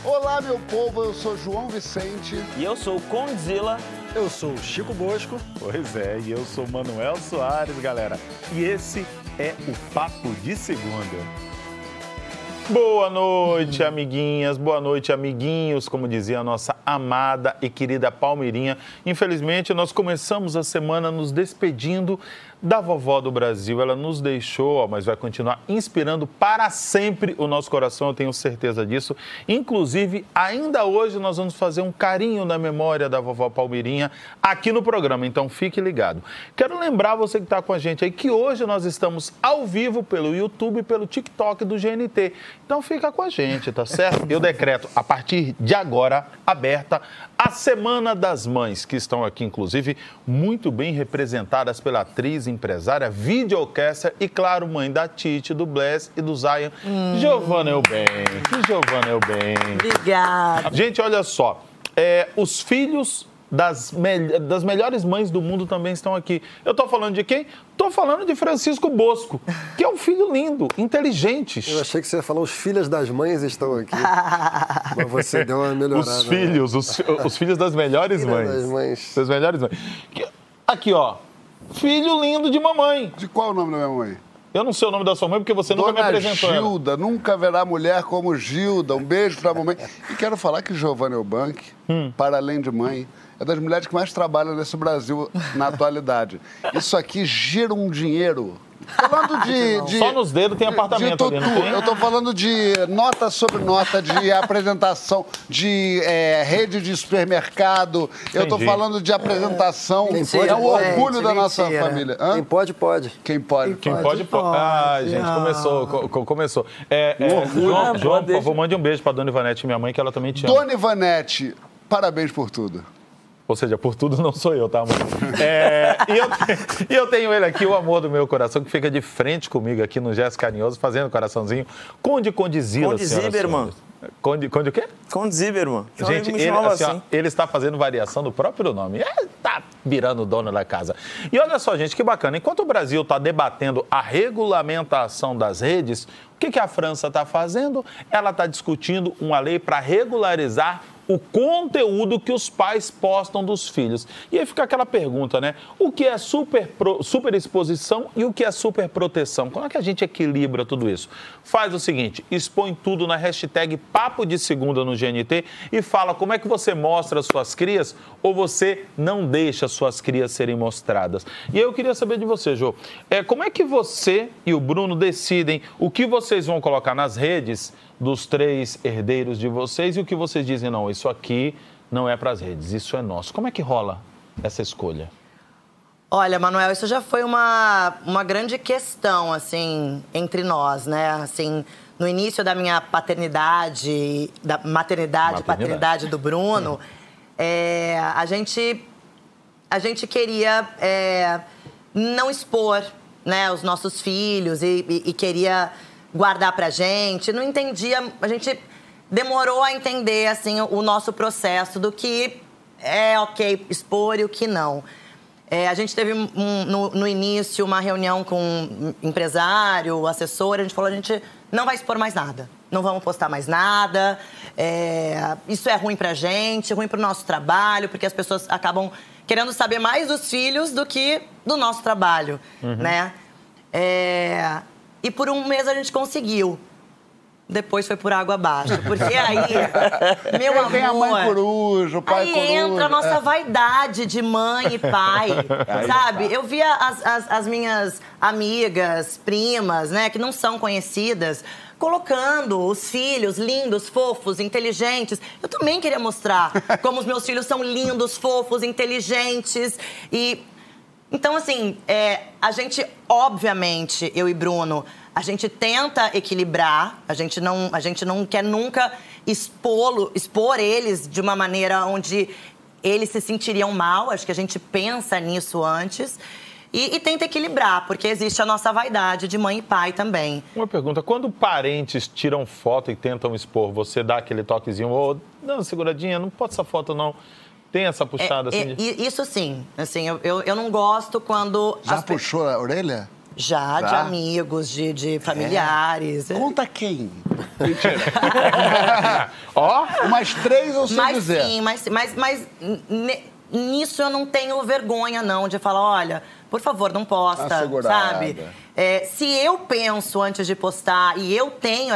Olá, meu povo, eu sou João Vicente. E eu sou o Condzilla. Eu sou o Chico Bosco. Pois é, e eu sou o Manuel Soares, galera. E esse é o Papo de Segunda. Boa noite, amiguinhas, boa noite, amiguinhos, como dizia a nossa amada e querida Palmeirinha. Infelizmente, nós começamos a semana nos despedindo da vovó do Brasil. Ela nos deixou, mas vai continuar inspirando para sempre o nosso coração, eu tenho certeza disso. Inclusive, ainda hoje nós vamos fazer um carinho na memória da vovó Palmeirinha aqui no programa, então fique ligado. Quero lembrar você que está com a gente aí que hoje nós estamos ao vivo pelo YouTube e pelo TikTok do GNT. Então fica com a gente, tá certo? Eu decreto, a partir de agora, aberta a Semana das Mães, que estão aqui, inclusive, muito bem representadas pela atriz, empresária, videocaster e, claro, mãe da Titi, do Bless e do Zion, Giovana Eubank. Giovana Eubank. Obrigada. Gente, olha só, os filhos das melhores mães do mundo também estão aqui. Eu tô falando de quem? Tô falando de Francisco Bosco, que é um filho lindo, inteligente. Eu achei que você ia falar os filhos das mães estão aqui. Mas você deu uma melhorada. Os filhos, os filhos das melhores mães. Das mães. Das melhores mães. Aqui, ó. Filho lindo de mamãe. De qual é o nome da minha mãe? Eu não sei o nome da sua mãe porque você nunca me apresentou. Dona Gilda, nunca haverá mulher como Gilda. Um beijo pra mamãe. E quero falar que Giovana Eubank, para além de mãe, é das mulheres que mais trabalham nesse Brasil na atualidade. Isso aqui gira um dinheiro. Falando de só nos dedos tem apartamento ali, não tem? Eu tô falando de nota sobre nota, de apresentação, de rede de supermercado. Entendi. Eu tô falando de apresentação. Pode, é o orgulho da mentira. nossa família. Hã? Quem pode, pode. Quem pode? Quem pode. Ah, gente, começou. João, por favor, mande um beijo pra Dona Ivanete, minha mãe, que ela também te ama. Dona Ivanete, parabéns por tudo. Ou seja, por tudo não sou eu, tá, mãe? E eu tenho ele aqui, o amor do meu coração, que fica de frente comigo aqui no gesto carinhoso, fazendo coraçãozinho. Condzilla, Conde Zimmermann. Conde o quê? Conde Zimmermann. Gente, ele está fazendo variação do próprio nome. Tá virando o dono da casa. E olha só, gente, que bacana. Enquanto o Brasil está debatendo a regulamentação das redes, o que a França está fazendo? Ela está discutindo uma lei para regularizar o conteúdo que os pais postam dos filhos. E aí fica aquela pergunta, né? O que é superexposição e o que é superproteção? Como é que a gente equilibra tudo isso? Faz o seguinte, expõe tudo na hashtag Papo de Segunda no GNT e fala como é que você mostra as suas crias ou você não deixa as suas crias serem mostradas. E aí eu queria saber de você, Jô. Como é que você e o Bruno decidem o que vocês vão colocar nas redes dos 3 herdeiros de vocês e o que vocês dizem, não, isso aqui não é para as redes, isso é nosso. Como é que rola essa escolha? Olha, Manuel, isso já foi uma grande questão, assim, entre nós, né? Assim, no início da minha paternidade, da maternidade, paternidade do Bruno, a gente queria não expor, né, os nossos filhos e queria guardar pra gente, não entendia, a gente demorou a entender, assim, o nosso processo do que é ok expor e o que não. A gente teve no início uma reunião com um empresário, assessor, a gente falou, a gente não vai expor mais nada, não vamos postar mais nada, isso é ruim pra gente, ruim pro nosso trabalho, porque as pessoas acabam querendo saber mais dos filhos do que do nosso trabalho, né? E por um mês a gente conseguiu. Depois foi por água abaixo. Porque aí, meu amor... Tem a mãe coruja, o pai aí coruja. Aí entra a nossa vaidade de mãe e pai, sabe? Eu via as minhas amigas, primas, né, que não são conhecidas, colocando os filhos lindos, fofos, inteligentes. Eu também queria mostrar como os meus filhos são lindos, fofos, inteligentes e... Então, assim, a gente, obviamente, eu e Bruno, a gente tenta equilibrar, a gente não quer nunca expor eles de uma maneira onde eles se sentiriam mal, acho que a gente pensa nisso antes, e tenta equilibrar, porque existe a nossa vaidade de mãe e pai também. Uma pergunta, quando parentes tiram foto e tentam expor, você dá aquele toquezinho, ou dá uma seguradinha, não pode essa foto não... Tem essa puxada assim? Isso sim. Assim, eu não gosto quando... Já puxou a orelha? Já, de amigos, de familiares. Conta quem? Ó, mais 3 eu sei dizer. Sim, mas nisso eu não tenho vergonha, não, de falar, olha, por favor, não posta, sabe? Se eu penso antes de postar e eu tenho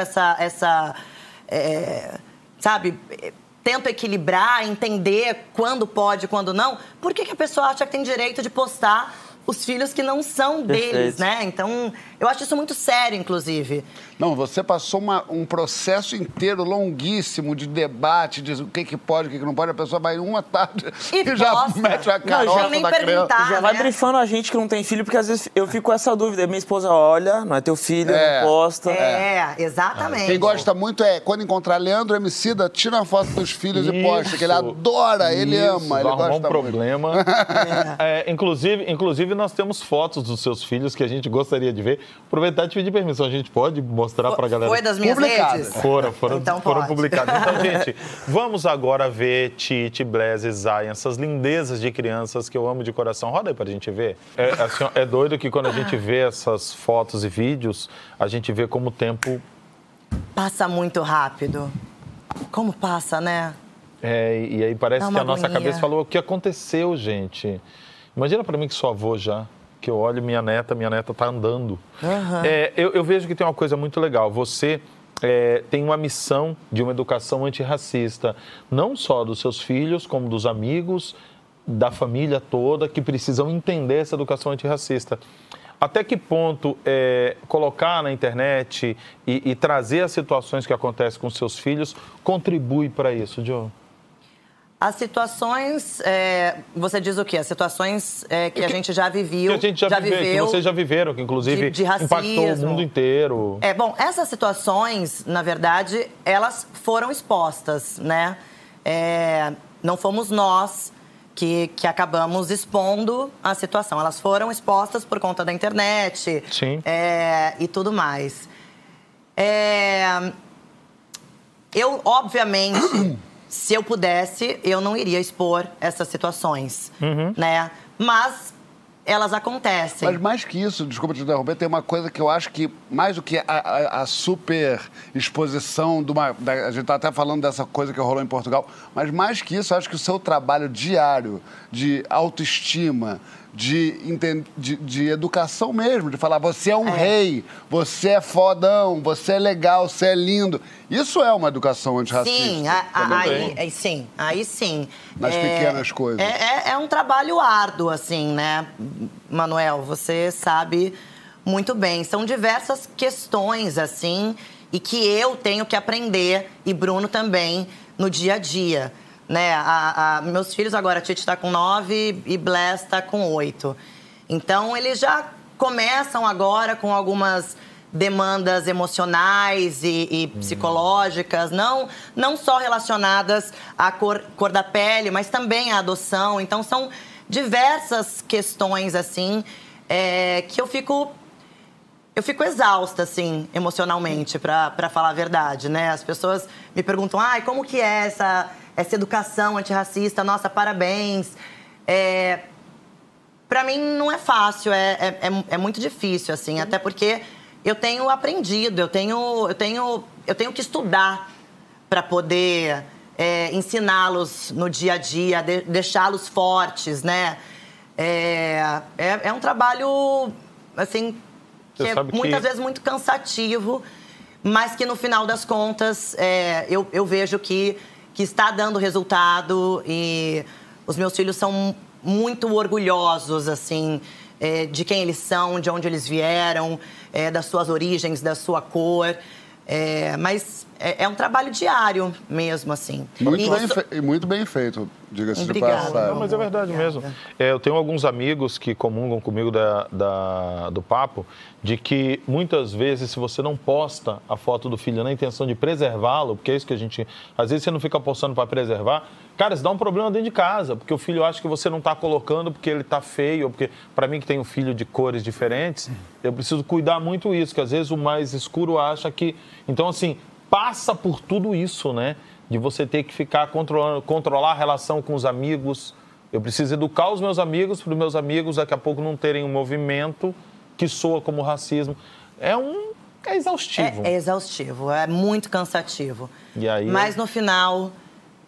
sabe, tento equilibrar, entender quando pode e quando não, por que a pessoa acha que tem direito de postar os filhos que não são deles, né? Então, eu acho isso muito sério, inclusive. Não, você passou um processo inteiro longuíssimo de debate, de o que pode, o que não pode. A pessoa vai uma tarde e já mete a carota da criança. Já vai brifando a gente que não tem filho, porque às vezes eu fico com essa dúvida. Minha esposa, olha, não é teu filho, não posta. Exatamente. Quem gosta muito quando encontrar Leandro Emicida, tira uma foto dos filhos e posta, que ele adora, ele ama, ele gosta um problema. Inclusive, nós temos fotos dos seus filhos que a gente gostaria de ver. Aproveitar e te pedir permissão, a gente pode mostrar pra galera? Foi das minhas redes? Foram publicadas. Então, gente, vamos agora ver Titi, Blaise, Zayn, essas lindezas de crianças que eu amo de coração. Roda aí pra gente ver. É doido que quando a gente vê essas fotos e vídeos, a gente vê como o tempo... Passa muito rápido. Como passa, né? E aí parece que a nossa cabeça falou, o que aconteceu, gente? Imagina pra mim que sou avô já, que eu olho minha neta tá andando. Eu vejo que tem uma coisa muito legal. Você tem uma missão de uma educação antirracista, não só dos seus filhos, como dos amigos, da família toda, que precisam entender essa educação antirracista. Até que ponto colocar na internet e trazer as situações que acontecem com seus filhos contribui para isso, Joe? As situações, você diz o quê? As situações que a gente já viveu. Que a gente já viveu, que vocês já viveram, que inclusive de racismo. Impactou o mundo inteiro. Bom, essas situações, na verdade, elas foram expostas, né? Não fomos nós que acabamos expondo a situação. Elas foram expostas por conta da internet. Sim. E tudo mais. Eu, obviamente... Se eu pudesse, eu não iria expor essas situações, né? Mas elas acontecem. Mas mais que isso, desculpa te interromper, tem uma coisa que eu acho que, mais do que a super exposição a gente está até falando dessa coisa que rolou em Portugal, mas mais que isso, eu acho que o seu trabalho diário de autoestima, de educação mesmo, de falar, você é um rei, você é fodão, você é legal, você é lindo. Isso é uma educação antirracista. Sim, aí sim. Nas pequenas coisas. É um trabalho árduo, assim, né, Manuel? Você sabe muito bem. São diversas questões, assim, e que eu tenho que aprender, e Bruno também, no dia a dia. Né? Meus filhos agora, a Titi está com 9 e Blaise está com 8. Então, eles já começam agora com algumas demandas emocionais e psicológicas, não só relacionadas à cor da pele, mas também à adoção. Então, são diversas questões, assim, que eu fico exausta, assim, emocionalmente, para falar a verdade, né? As pessoas me perguntam, como que é essa educação antirracista? Nossa, parabéns. Para mim, não é fácil, é muito difícil, assim, até porque eu tenho aprendido, eu tenho que estudar para poder ensiná-los no dia a dia, deixá-los fortes, né? É um trabalho, assim, que é muitas vezes muito cansativo, mas que no final das contas eu vejo que está dando resultado, e os meus filhos são muito orgulhosos, assim, de quem eles são, de onde eles vieram, das suas origens, da sua cor. Mas é um trabalho diário mesmo, assim. Muito bem feito, diga-se de Obrigada. passagem. Não, mas é verdade mesmo. Eu tenho alguns amigos que comungam comigo do papo, de que muitas vezes, se você não posta a foto do filho na intenção de preservá-lo, porque é isso que a gente... Às vezes você não fica postando para preservar, cara, isso dá um problema dentro de casa, porque o filho acha que você não está colocando porque ele está feio, ou porque, para mim que tenho um filho de cores diferentes, eu preciso cuidar muito isso, que às vezes o mais escuro acha que... Então, assim, passa por tudo isso, né? De você ter que ficar controlar a relação com os amigos. Eu preciso educar os meus amigos, para os meus amigos daqui a pouco não terem um movimento que soa como racismo. É exaustivo. É exaustivo, é muito cansativo. E aí, mas no final,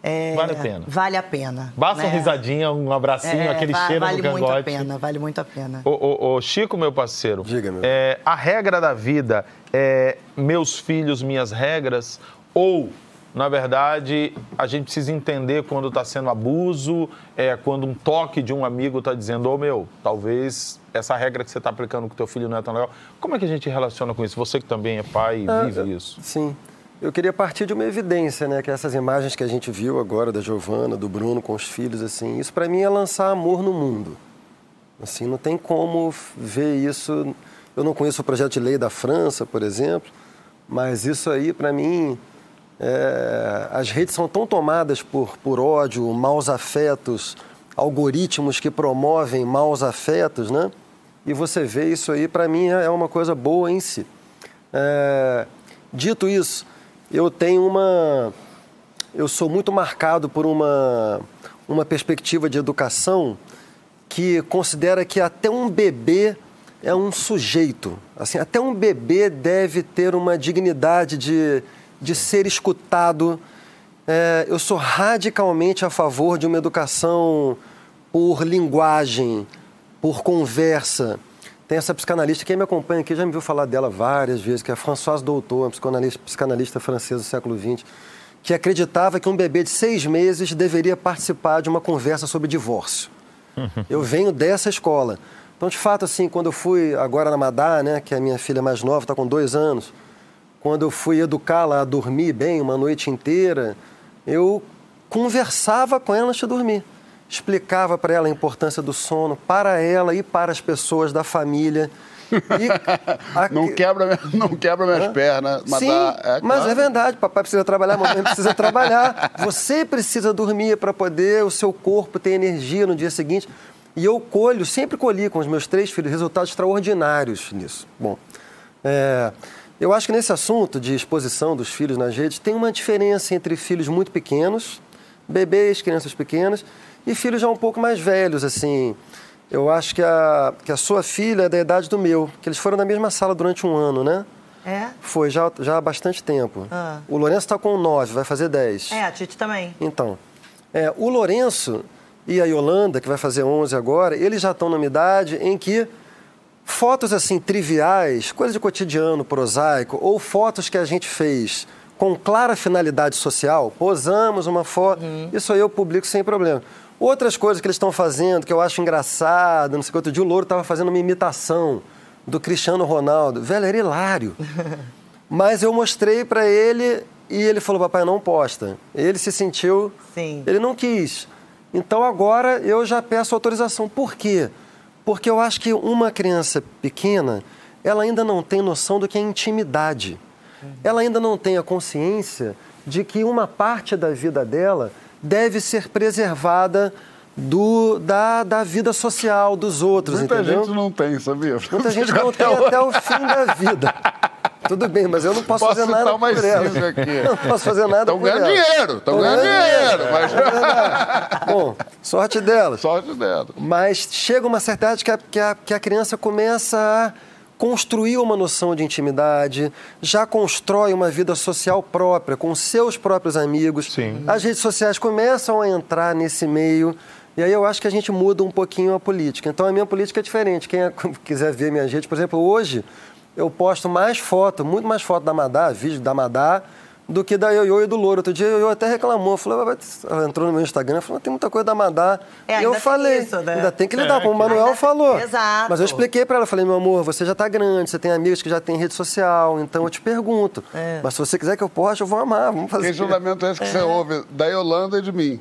Vale a pena. Vale a pena. Basta uma risadinha, um abracinho, aquele cheiro no cangote. Vale muito a pena. Ô, Chico, meu parceiro. Diga, meu. A regra da vida é meus filhos, minhas regras? Ou, na verdade, a gente precisa entender quando está sendo abuso, quando um toque de um amigo está dizendo, talvez essa regra que você está aplicando com o teu filho não é tão legal. Como é que a gente relaciona com isso? Você que também é pai e vive isso. Sim. Eu queria partir de uma evidência, né? Que essas imagens que a gente viu agora da Giovana, do Bruno com os filhos, assim, isso para mim é lançar amor no mundo. Assim, não tem como ver isso. Eu não conheço o projeto de lei da França, por exemplo, mas isso aí, para mim, as redes são tão tomadas por ódio, maus afetos, algoritmos que promovem maus afetos, né? E você vê isso aí, para mim, é uma coisa boa em si. Dito isso, eu sou muito marcado por uma perspectiva de educação que considera que até um bebê é um sujeito. Assim, até um bebê deve ter uma dignidade de ser escutado. Eu sou radicalmente a favor de uma educação por linguagem, por conversa. Tem essa psicanalista, quem me acompanha aqui já me viu falar dela várias vezes, que é a Françoise Doutor, uma psicanalista francesa do século XX, que acreditava que um bebê de 6 meses deveria participar de uma conversa sobre divórcio. Eu venho dessa escola. Então, de fato, assim, quando eu fui agora na Madá, né, que é a minha filha mais nova, está com 2 anos, quando eu fui educá-la a dormir bem uma noite inteira, eu conversava com ela antes de dormir. Explicava para ela a importância do sono, para ela e para as pessoas da família. Não quebra minhas pernas. Sim, mas é verdade. Papai precisa trabalhar, mamãe precisa trabalhar. Você precisa dormir para poder o seu corpo ter energia no dia seguinte. E eu sempre colhi com os meus 3 filhos resultados extraordinários nisso. Bom, eu acho que nesse assunto de exposição dos filhos nas redes tem uma diferença entre filhos muito pequenos, bebês, crianças pequenas, e filhos já um pouco mais velhos, assim. Eu acho que a sua filha é da idade do meu, que eles foram na mesma sala durante 1 ano, né? Foi, já há bastante tempo. O Lourenço está com 9, vai fazer 10. A Titi também. Então, o Lourenço e a Yolanda, que vai fazer 11 agora, eles já estão numa idade em que fotos, assim, triviais, coisa de cotidiano, prosaico, ou fotos que a gente fez com clara finalidade social, posamos uma foto, isso aí eu publico sem problema. Outras coisas que eles estão fazendo, que eu acho engraçado, não sei o que, outro dia o Louro estava fazendo uma imitação do Cristiano Ronaldo. Velho, era hilário. Mas eu mostrei para ele e ele falou, papai, não posta. Ele se sentiu... Sim. Ele não quis. Então agora eu já peço autorização. Por quê? Porque eu acho que uma criança pequena, ela ainda não tem noção do que é intimidade. Ela ainda não tem a consciência de que uma parte da vida dela deve ser preservada da vida social dos outros, Muita entendeu? gente não tem, sabia? Muita gente não tem até o fim da vida. Tudo bem, mas eu não posso fazer nada por ela. Aqui. Não posso fazer nada por ela. Estão ganhando dinheiro. Mas... Bom, sorte delas. Sorte delas. Mas chega uma certa idade que a criança começa a construir uma noção de intimidade, já constrói uma vida social própria, com seus próprios amigos. Sim. As redes sociais começam a entrar nesse meio, e aí eu acho que a gente muda um pouquinho a política. Então, a minha política é diferente. Quem quiser ver minhas redes, por exemplo, hoje eu posto mais foto, muito mais foto da Madá, vídeo da Madá, do que da Ioiô e do Louro. Outro dia a Ioiô até reclamou, falou, ela entrou no meu Instagram, falou, tem muita coisa da Madá. E eu falei, isso, né? Ainda tem que lidar, como o Manuel falou. Exato. Mas eu expliquei pra ela, falei, meu amor, você já tá grande, você tem amigos que já têm rede social, então eu te pergunto. Mas se você quiser que eu poste, eu vou amar, vamos fazer. Que julgamento é esse que você ouve da Yolanda e de mim?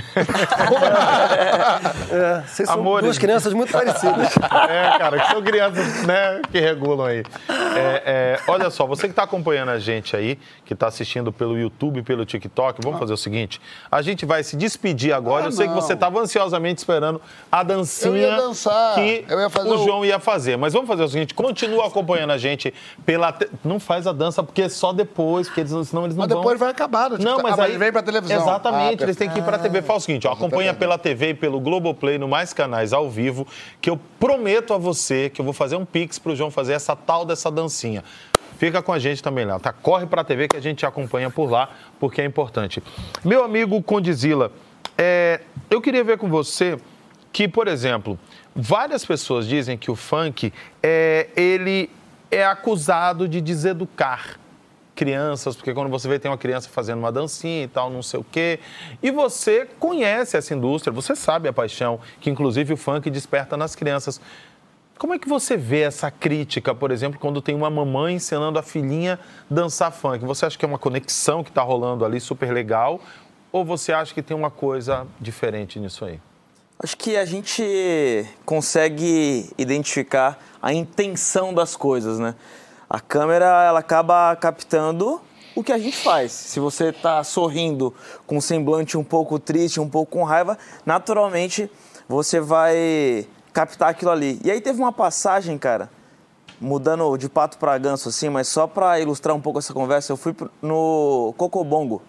Vocês são duas crianças muito parecidas. Cara, que são crianças, né, que regulam aí. Olha só, você que está acompanhando a gente aí, que está assistindo pelo YouTube, pelo TikTok, vamos fazer o seguinte, a gente vai se despedir agora. Eu sei que você estava ansiosamente esperando a dancinha eu ia dançar. Que o João ia fazer. Mas vamos fazer o seguinte, continua acompanhando a gente pela... Não faz a dança, porque é só depois, porque senão eles não vão... Mas depois vai acabar. Não, mas aí vem pra televisão. Exatamente, eles têm que ir pra TV. Fala o seguinte, acompanha pela TV e pelo Globoplay, no Mais Canais ao vivo, que eu prometo a você que eu vou fazer um pix pro João fazer essa tal dessa dancinha. Fica com a gente também lá, tá? Corre pra TV que a gente te acompanha por lá, porque é importante. Meu amigo Condizila, eu queria ver com você que, por exemplo, várias pessoas dizem que o funk, ele é acusado de deseducar crianças, porque quando você vê tem uma criança fazendo uma dancinha e tal, não sei o quê, e você conhece essa indústria, você sabe a paixão que inclusive o funk desperta nas crianças. Como é que você vê essa crítica, por exemplo, quando tem uma mamãe ensinando a filhinha dançar funk? Você acha que é uma conexão que está rolando ali super legal, ou você acha que tem uma coisa diferente nisso aí? Acho que a gente consegue identificar a intenção das coisas, né? A câmera, ela acaba captando o que a gente faz. Se você está sorrindo com um semblante um pouco triste, um pouco com raiva, naturalmente você vai captar aquilo ali. E aí teve uma passagem, cara, mudando de pato para ganso, assim, mas só para ilustrar um pouco essa conversa, eu fui no Cocobongo.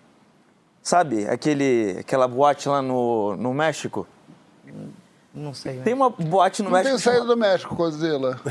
Sabe? Aquela boate lá no México. Não sei. Tem uma boate no México. Não tenho saído do México, Godzilla.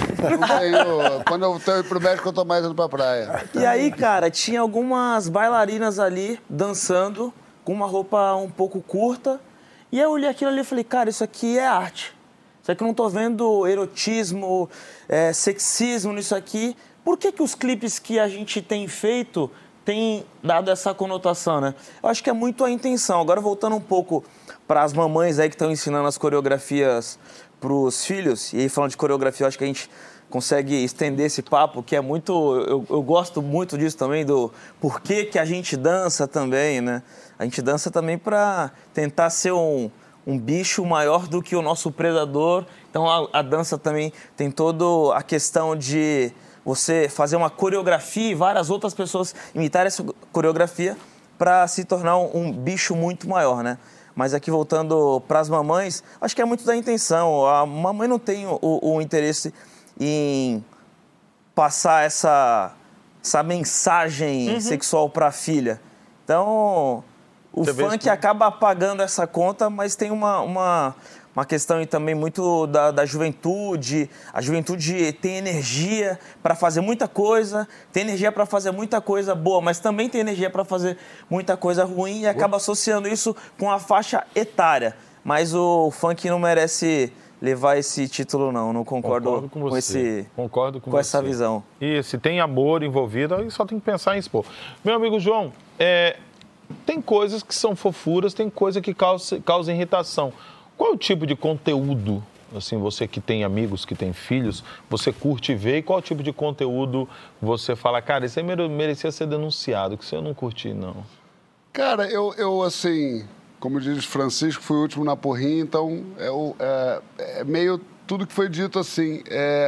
Quando eu tenho ido pro México, eu tô mais indo pra praia. E aí, cara, tinha algumas bailarinas ali dançando com uma roupa um pouco curta. E aí eu olhei aquilo ali e falei, cara, isso aqui é arte. Isso aqui eu não tô vendo erotismo, sexismo nisso aqui. Por que os clipes que a gente tem feito têm dado essa conotação, né? Eu acho que é muito a intenção. Agora, voltando um pouco para as mamães aí que estão ensinando as coreografias para os filhos, e aí falando de coreografia, eu acho que a gente consegue estender esse papo, que é muito... Eu gosto muito disso também, do porquê que a gente dança também, né? A gente dança também para tentar ser um bicho maior do que o nosso predador. Então, a dança também tem toda a questão de você fazer uma coreografia e várias outras pessoas imitarem essa coreografia para se tornar um bicho muito maior, né? Mas aqui, voltando para as mamães, acho que é muito da intenção. A mamãe não tem o interesse em passar essa mensagem sexual para a filha. Então, o funk acaba apagando essa conta, mas tem uma questão também muito da juventude. A juventude tem energia para fazer muita coisa, tem energia para fazer muita coisa boa, mas também tem energia para fazer muita coisa ruim e acaba associando isso com a faixa etária. Mas o funk não merece levar esse título, não. Não concordo com essa visão. E se tem amor envolvido, aí só tem que pensar em expor. Meu amigo João, tem coisas que são fofuras, tem coisa que causa irritação. Qual é o tipo de conteúdo, assim, você que tem amigos, que tem filhos, você curte ver, e qual tipo de conteúdo você fala, cara, isso aí merecia ser denunciado, que isso eu não curti, não? Cara, eu assim, como diz Francisco, fui o último na porrinha, então é meio tudo que foi dito assim.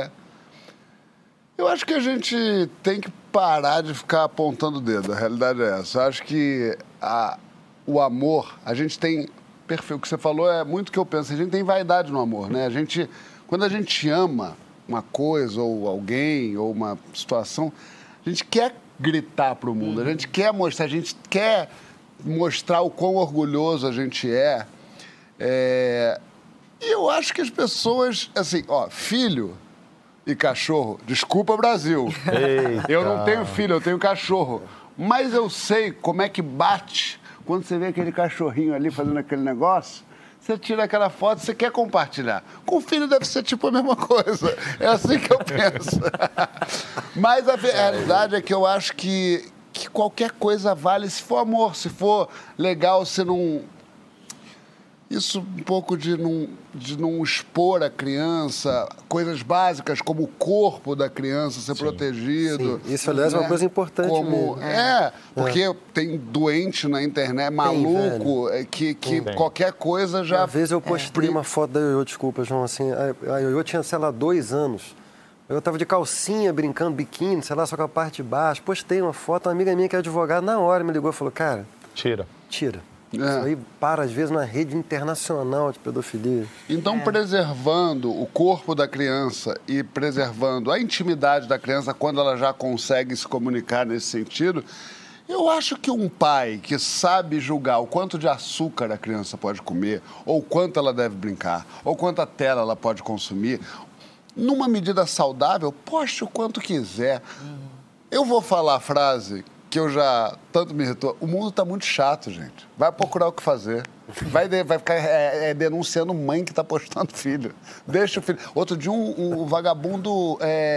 Eu acho que a gente tem que parar de ficar apontando o dedo, a realidade é essa. Eu acho que o amor, a gente tem... Perfeito, o que você falou é muito o que eu penso. A gente tem vaidade no amor, né? Quando a gente ama uma coisa, ou alguém, ou uma situação, a gente quer gritar para o mundo, a gente quer mostrar o quão orgulhoso a gente é. E eu acho que as pessoas, assim, filho e cachorro, desculpa, Brasil. Eita. Eu não tenho filho, eu tenho cachorro. Mas eu sei como é que bate quando você vê aquele cachorrinho ali fazendo aquele negócio, você tira aquela foto, você quer compartilhar. Com o filho deve ser tipo a mesma coisa. É assim que eu penso. Mas a realidade é que eu acho que qualquer coisa vale se for amor, se for legal, se não... Isso um pouco de não expor a criança, coisas básicas como o corpo da criança ser protegido. Sim. Isso, aliás, é uma coisa importante mesmo. Porque tem doente na internet, maluco, que qualquer coisa já... Uma vez eu postei uma foto da Ioiô, desculpa, João, assim, a Ioiô tinha, sei lá, 2 anos. Eu tava de calcinha, brincando, biquíni, sei lá, só com a parte de baixo. Postei uma foto, uma amiga minha que é advogada, na hora me ligou e falou, cara... Tira. Isso aí para, às vezes, na rede internacional de pedofilia. Então, preservando o corpo da criança e preservando a intimidade da criança quando ela já consegue se comunicar nesse sentido, eu acho que um pai que sabe julgar o quanto de açúcar a criança pode comer, ou quanto ela deve brincar, ou quanta tela ela pode consumir, numa medida saudável, poste o quanto quiser. Eu vou falar a frase que eu já tanto me irritou. O mundo tá muito chato, gente. Vai procurar o que fazer. Vai ficar denunciando mãe que tá postando filho. Deixa o filho... Outro dia, um vagabundo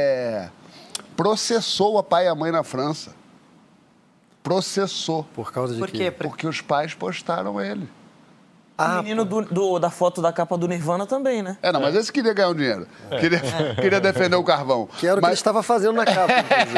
processou o pai e a mãe na França. Processou. Por causa de Por quê? Porque os pais postaram ele. O menino da foto da capa do Nirvana também, né? Não, mas esse queria ganhar um dinheiro. Queria defender o carvão. Que era o que ele estava fazendo na capa.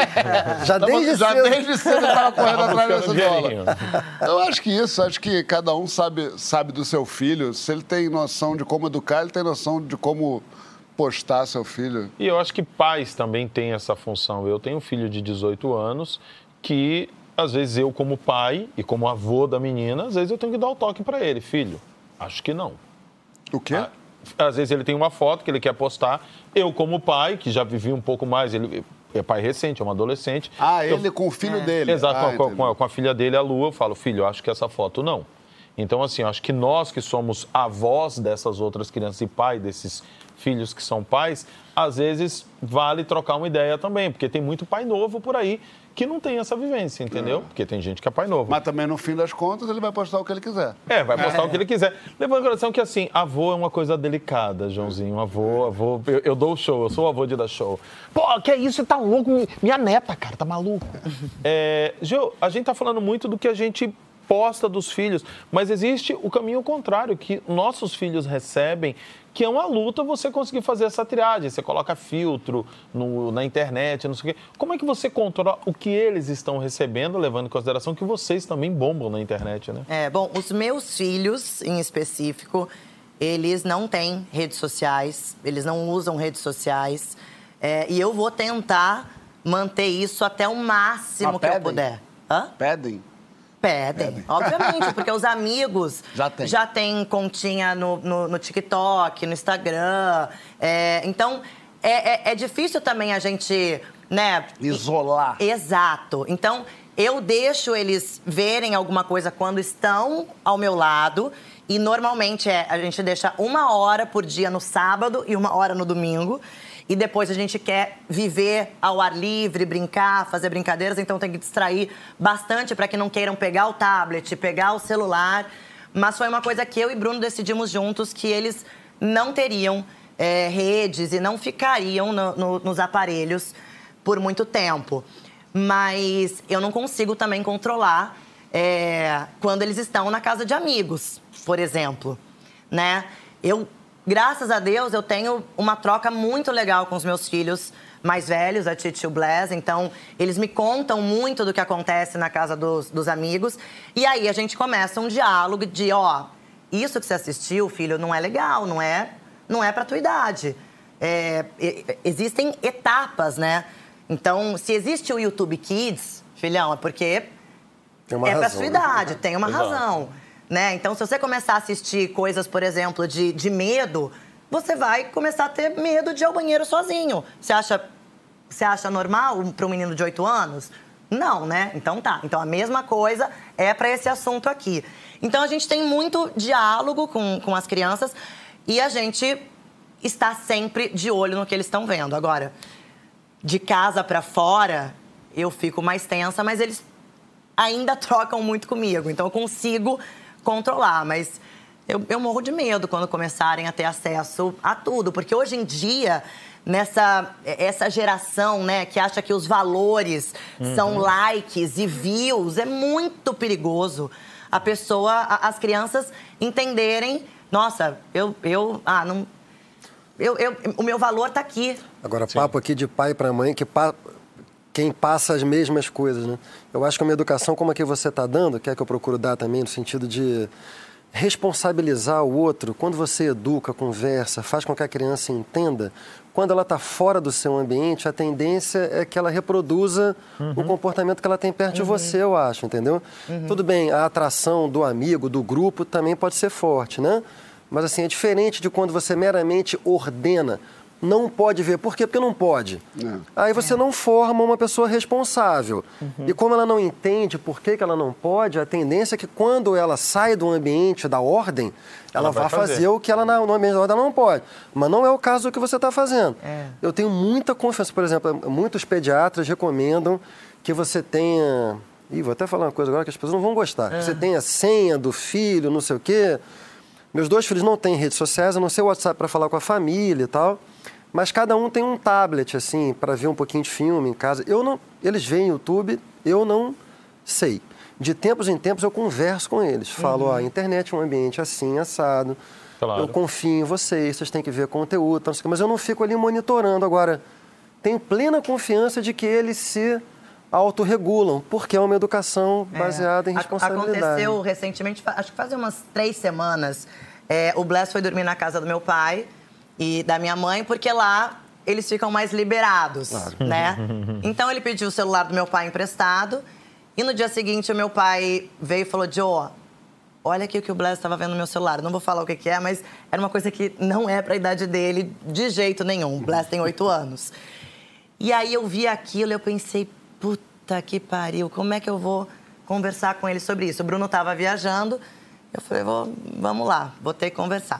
Já desde cedo ele estava correndo atrás dessa bola. Eu acho que cada um sabe do seu filho. Se ele tem noção de como educar, ele tem noção de como postar seu filho. E eu acho que pais também têm essa função. Eu tenho um filho de 18 anos que... Às vezes eu, como pai e como avô da menina, às vezes eu tenho que dar o toque para ele. Filho, acho que não. O quê? Às vezes ele tem uma foto que ele quer postar. Eu, como pai, que já vivi um pouco mais, ele é pai recente, é um adolescente. Ele com o filho dele. Exato, com a filha dele, a Lua, eu falo, filho, eu acho que essa foto não. Então, assim, eu acho que nós que somos avós dessas outras crianças e pai desses filhos que são pais, às vezes vale trocar uma ideia também, porque tem muito pai novo por aí que não tem essa vivência, entendeu? Porque tem gente que é pai novo. Mas também, no fim das contas, ele vai postar o que ele quiser. Vai postar o que ele quiser. Levando em consideração que, assim, avô é uma coisa delicada, Joãozinho. Avô, eu dou o show, eu sou o avô de dar show. Pô, que é isso? Você tá louco? Minha neta, cara, tá maluco? Gil, a gente tá falando muito do que a gente posta dos filhos, mas existe o caminho contrário, que nossos filhos recebem, que é uma luta você conseguir fazer essa triagem. Você coloca filtro na internet, não sei o quê. Como é que você controla o que eles estão recebendo, levando em consideração que vocês também bombam na internet, né? Bom, os meus filhos, em específico, eles não têm redes sociais, eles não usam redes sociais, e eu vou tentar manter isso até o máximo que eu puder. Pedem? Pedem, obviamente, porque os amigos já têm continha no TikTok, no Instagram. Então, é difícil também a gente, né... Isolar. Exato. Então, eu deixo eles verem alguma coisa quando estão ao meu lado. E, normalmente, a gente deixa 1 hora por dia no sábado e 1 hora no domingo. E depois a gente quer viver ao ar livre, brincar, fazer brincadeiras. Então tem que distrair bastante para que não queiram pegar o tablet, pegar o celular. Mas foi uma coisa que eu e Bruno decidimos juntos, que eles não teriam redes e não ficariam nos aparelhos por muito tempo. Mas eu não consigo também controlar quando eles estão na casa de amigos, por exemplo, né? Graças a Deus, eu tenho uma troca muito legal com os meus filhos mais velhos, a Titi e o Blaise. Então, eles me contam muito do que acontece na casa dos amigos. E aí, a gente começa um diálogo de, isso que você assistiu, filho, não é legal, não é pra tua idade. Existem etapas, né? Então, se existe o YouTube Kids, filhão, é porque pra sua idade, tem uma razão. Né? Então, se você começar a assistir coisas, por exemplo, de medo, você vai começar a ter medo de ir ao banheiro sozinho. Você acha normal para um menino de 8 anos? Não, né? Então tá. Então, a mesma coisa é para esse assunto aqui. Então, a gente tem muito diálogo com as crianças e a gente está sempre de olho no que eles estão vendo. Agora, de casa para fora, eu fico mais tensa, mas eles ainda trocam muito comigo. Então, eu consigo controlar, mas eu morro de medo quando começarem a ter acesso a tudo, porque hoje em dia, essa geração, né, que acha que os valores são likes e views, é muito perigoso as crianças entenderem, nossa, o meu valor tá aqui. Agora, papo aqui de pai para mãe, quem passa as mesmas coisas, né? Eu acho que uma educação como a que você está dando, que é que eu procuro dar também, no sentido de responsabilizar o outro, quando você educa, conversa, faz com que a criança entenda, quando ela está fora do seu ambiente, a tendência é que ela reproduza o comportamento que ela tem perto de você, eu acho, entendeu? Tudo bem, a atração do amigo, do grupo, também pode ser forte, né? Mas, assim, é diferente de quando você meramente ordena não pode ver. Por quê? Porque não pode. Aí você não forma uma pessoa responsável. E como ela não entende por que ela não pode, a tendência é que quando ela sai do ambiente da ordem, ela vai fazer o que ela no ambiente da ordem ela não pode. Mas não é o caso do que você está fazendo. Eu tenho muita confiança. Por exemplo, muitos pediatras recomendam que você tenha... vou até falar uma coisa agora que as pessoas não vão gostar. Que você tenha a senha do filho, não sei o quê. Meus 2 filhos não têm redes sociais, eu não sei o WhatsApp para falar com a família e tal. Mas cada um tem um tablet, assim, para ver um pouquinho de filme em casa. Eles veem YouTube, eu não sei. De tempos em tempos eu converso com eles. Falo, a internet é um ambiente assim, assado. Claro. Eu confio em vocês têm que ver conteúdo, não sei o quê. Mas eu não fico ali monitorando. Agora, tenho plena confiança de que eles se autorregulam, porque é uma educação baseada em responsabilidade. Aconteceu recentemente, acho que faz umas 3 semanas, o Bless foi dormir na casa do meu pai e da minha mãe, porque lá eles ficam mais liberados, né? Então ele pediu o celular do meu pai emprestado e no dia seguinte o meu pai veio e falou, Joe, olha aqui o que o Bless estava vendo no meu celular. Não vou falar o que é, mas era uma coisa que não é para a idade dele de jeito nenhum. O Bless tem 8 anos. E aí eu vi aquilo e eu pensei, puta que pariu, como é que eu vou conversar com ele sobre isso? O Bruno estava viajando, eu falei, vamos lá, vou ter que conversar.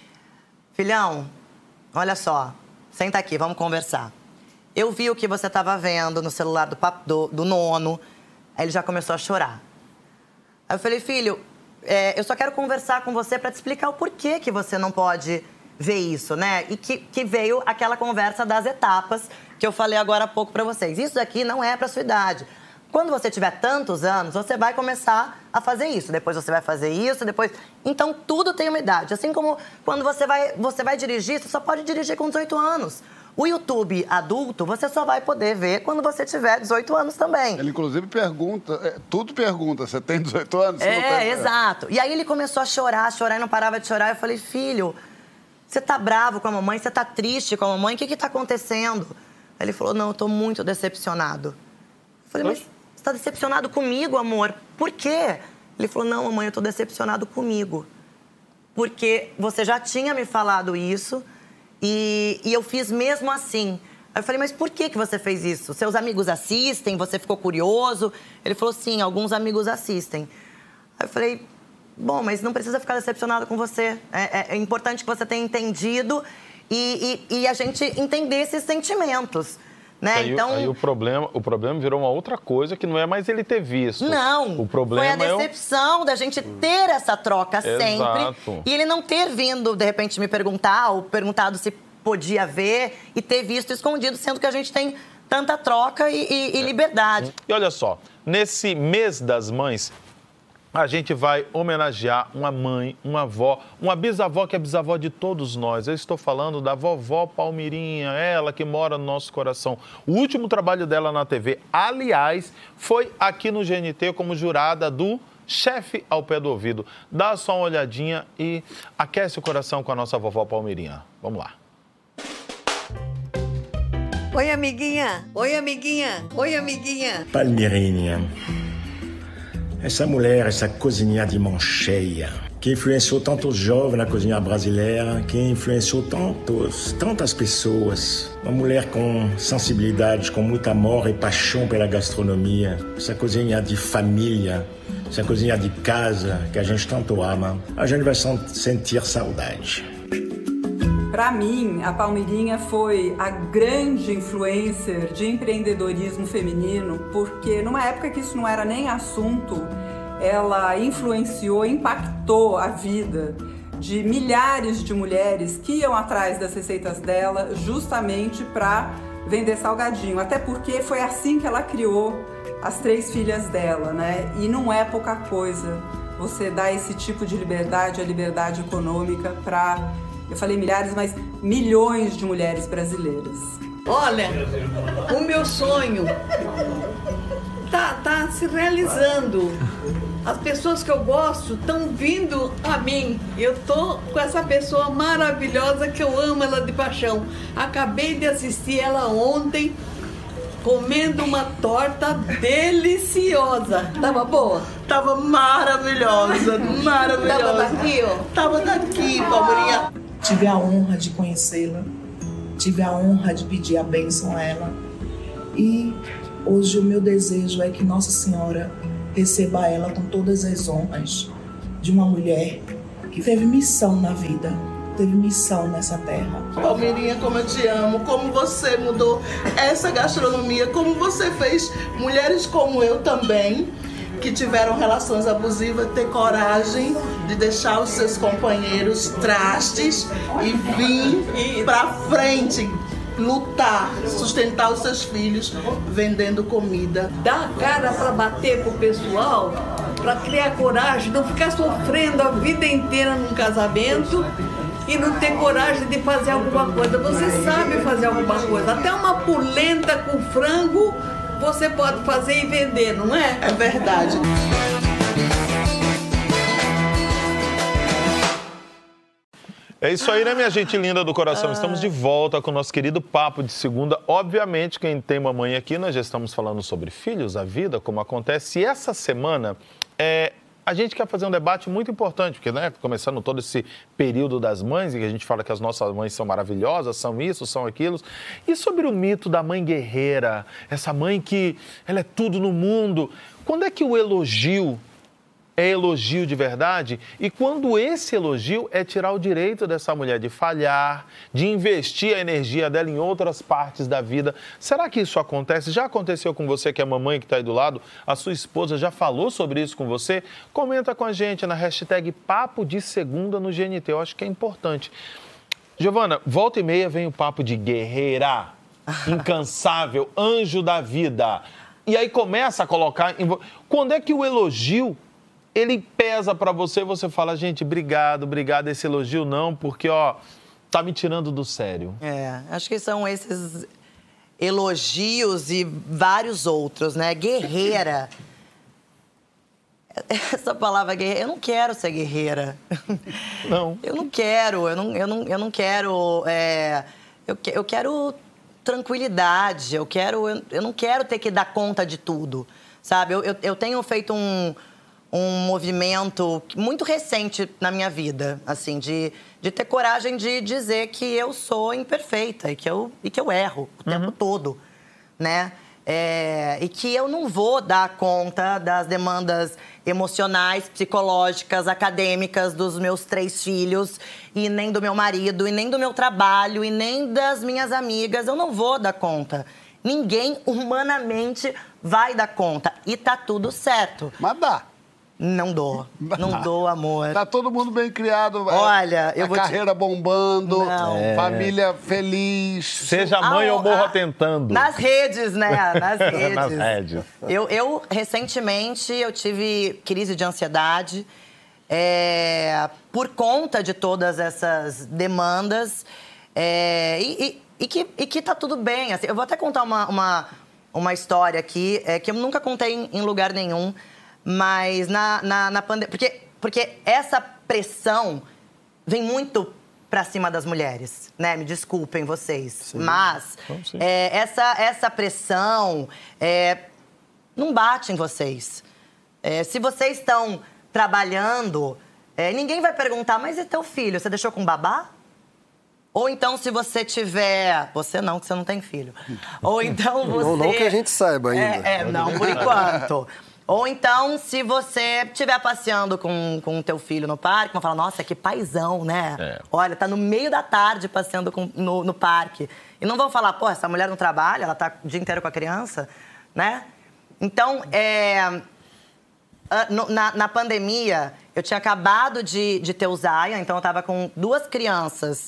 Filhão, olha só, senta aqui, vamos conversar. Eu vi o que você estava vendo no celular do nono, aí ele já começou a chorar. Aí eu falei, filho, eu só quero conversar com você para te explicar o porquê que você não pode ver isso, né? E que veio aquela conversa das etapas que eu falei agora há pouco para vocês. Isso daqui não é para sua idade. Quando você tiver tantos anos, você vai começar a fazer isso. Depois você vai fazer isso, depois... Então, tudo tem uma idade. Assim como quando você vai dirigir, você só pode dirigir com 18 anos. O YouTube adulto, você só vai poder ver quando você tiver 18 anos também. Ele, inclusive, pergunta... tudo pergunta. Você tem 18 anos? Você não tem... Exato. E aí ele começou a chorar e não parava de chorar. Eu falei, filho, você tá bravo com a mamãe? Você tá triste com a mamãe? O que tá acontecendo? Ele falou, não, eu tô muito decepcionado. Eu falei, mas você tá decepcionado comigo, amor? Por quê? Ele falou, não, mamãe, eu tô decepcionado comigo. Porque você já tinha me falado isso e eu fiz mesmo assim. Aí eu falei, mas por que você fez isso? Seus amigos assistem? Você ficou curioso? Ele falou, sim, alguns amigos assistem. Aí eu falei, bom, mas não precisa ficar decepcionado com você. É importante que você tenha entendido e a gente entender esses sentimentos, né? Aí o problema virou uma outra coisa que não é mais ele ter visto. Não, o problema foi a decepção da gente ter essa troca sempre. E ele não ter vindo, de repente, me perguntar ou perguntado se podia ver e ter visto escondido, sendo que a gente tem tanta troca e liberdade. E olha só, nesse mês das mães, a gente vai homenagear uma mãe, uma avó, uma bisavó que é bisavó de todos nós. Eu estou falando da vovó Palmirinha, ela que mora no nosso coração. O último trabalho dela na TV, aliás, foi aqui no GNT como jurada do Chefe ao Pé do Ouvido. Dá só uma olhadinha e aquece o coração com a nossa vovó Palmirinha. Vamos lá. Oi, amiguinha. Oi, amiguinha. Oi, amiguinha. Palmirinha. Essa mulher, essa cozinha de mão cheia, que influenciou tantos jovens na cozinha brasileira, que influenciou tantas pessoas. Uma mulher com sensibilidade, com muito amor e paixão pela gastronomia. Essa cozinha de família, essa cozinha de casa que a gente tanto ama. A gente vai sentir saudade. Para mim, a Palmirinha foi a grande influencer de empreendedorismo feminino, porque numa época que isso não era nem assunto, ela influenciou, impactou a vida de milhares de mulheres que iam atrás das receitas dela justamente para vender salgadinho. Até porque foi assim que ela criou as 3 filhas dela, né? E não é pouca coisa você dar esse tipo de liberdade, a liberdade econômica para... Eu falei milhares, mas milhões de mulheres brasileiras. Olha, o meu sonho tá se realizando. As pessoas que eu gosto estão vindo a mim. Eu tô com essa pessoa maravilhosa que eu amo ela de paixão. Acabei de assistir ela ontem comendo uma torta deliciosa. Tava boa? Tava maravilhosa, maravilhosa. Tava daqui, ó. Tava daqui, Palmirinha. Tive a honra de conhecê-la, tive a honra de pedir a bênção a ela. E hoje o meu desejo é que Nossa Senhora receba ela com todas as honras de uma mulher que teve missão na vida, teve missão nessa terra. Palmeirinha, como eu te amo, como você mudou essa gastronomia, como você fez mulheres como eu também, que tiveram relações abusivas, ter coragem de deixar os seus companheiros trastes e vir pra frente, lutar, sustentar os seus filhos vendendo comida. Dá a cara para bater pro pessoal, para criar coragem, não ficar sofrendo a vida inteira num casamento e não ter coragem de fazer alguma coisa. Você sabe fazer alguma coisa, até uma polenta com frango você pode fazer e vender, não é? É verdade. É isso aí, né, minha gente linda do coração? Estamos de volta com o nosso querido Papo de Segunda. Obviamente, quem tem mamãe aqui, nós já estamos falando sobre filhos, a vida, como acontece. E essa semana, a gente quer fazer um debate muito importante, porque, né, começando todo esse período das mães, em que a gente fala que as nossas mães são maravilhosas, são isso, são aquilo. E sobre o mito da mãe guerreira, essa mãe que ela é tudo no mundo. Quando é que o elogio é elogio de verdade? E quando esse elogio é tirar o direito dessa mulher de falhar, de investir a energia dela em outras partes da vida? Será que isso acontece? Já aconteceu com você, que é a mamãe que está aí do lado? A sua esposa já falou sobre isso com você? Comenta com a gente na hashtag Papo de Segunda no GNT. Eu acho que é importante. Giovana, volta e meia vem o papo de guerreira, incansável, anjo da vida. E aí começa a colocar... Quando é que o elogio ele pesa pra você, você fala, gente, obrigado, esse elogio não, porque, tá me tirando do sério. Acho que são esses elogios e vários outros, né? Guerreira. Essa palavra guerreira, eu não quero ser guerreira. Não. Eu não quero, eu não quero... Eu quero tranquilidade, eu não quero ter que dar conta de tudo, sabe? Eu tenho feito um movimento muito recente na minha vida, assim, de ter coragem de dizer que eu sou imperfeita e que eu erro o tempo todo, né? E que eu não vou dar conta das demandas emocionais, psicológicas, acadêmicas dos meus 3 filhos, e nem do meu marido, e nem do meu trabalho, e nem das minhas amigas. Eu não vou dar conta. Ninguém humanamente vai dar conta. E tá tudo certo. Mas dá. Não dou. Não dou, amor. Tá todo mundo bem criado. Olha, eu vou carreira bombando, família feliz. Seja mãe ou morra tentando. Nas redes, né? Nas redes. Nas redes. Eu recentemente, eu tive crise de ansiedade por conta de todas essas demandas e que tá tudo bem. Assim, eu vou até contar uma história aqui que eu nunca contei em lugar nenhum. Mas na pandemia... Porque essa pressão vem muito pra cima das mulheres, né? Me desculpem vocês. Sim. Mas essa pressão não bate em vocês. Se vocês estão trabalhando, ninguém vai perguntar, mas e teu filho, você deixou com babá? Ou então, se você tiver... Você não, que você não tem filho. Ou então você... Não que a gente saiba ainda. Não, por enquanto. Ou então, se você estiver passeando com o teu filho no parque, vão falar, nossa, que paizão, né? Olha, tá no meio da tarde passeando no parque. E não vão falar, pô, essa mulher não trabalha, ela tá o dia inteiro com a criança, né? Então, na pandemia, eu tinha acabado de ter o Zaya, então eu tava com 2 crianças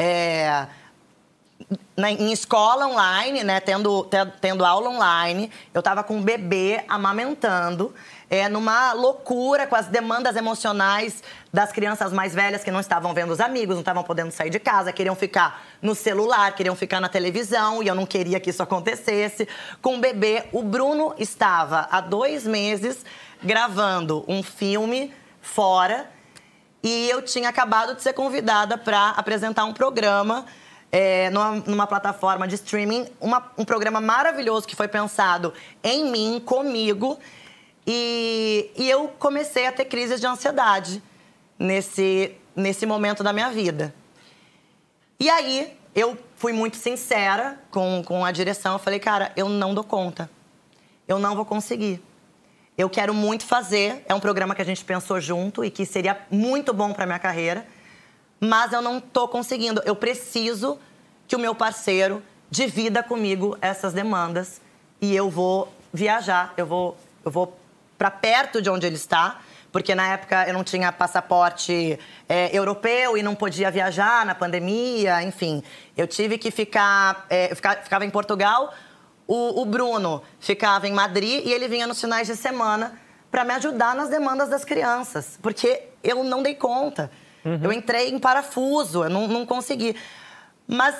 em escola online, né, tendo aula online. Eu tava com um bebê amamentando, numa loucura com as demandas emocionais das crianças mais velhas que não estavam vendo os amigos, não estavam podendo sair de casa, queriam ficar no celular, queriam ficar na televisão, e eu não queria que isso acontecesse. Com o bebê, o Bruno estava há 2 meses gravando um filme fora, e eu tinha acabado de ser convidada para apresentar um programa numa plataforma de streaming, um programa maravilhoso que foi pensado em mim, comigo, e eu comecei a ter crises de ansiedade nesse momento da minha vida. E aí, eu fui muito sincera com a direção. Eu falei, cara, eu não dou conta. Eu não vou conseguir. Eu quero muito fazer. É um programa que a gente pensou junto e que seria muito bom para minha carreira. Mas eu não estou conseguindo. Eu preciso que o meu parceiro divida comigo essas demandas. E eu vou viajar. Eu vou para perto de onde ele está. Porque na época eu não tinha passaporte europeu e não podia viajar na pandemia. Enfim, eu tive que ficava em Portugal. O Bruno ficava em Madrid e ele vinha nos finais de semana para me ajudar nas demandas das crianças. Porque eu não dei conta. Eu entrei em parafuso, eu não consegui. Mas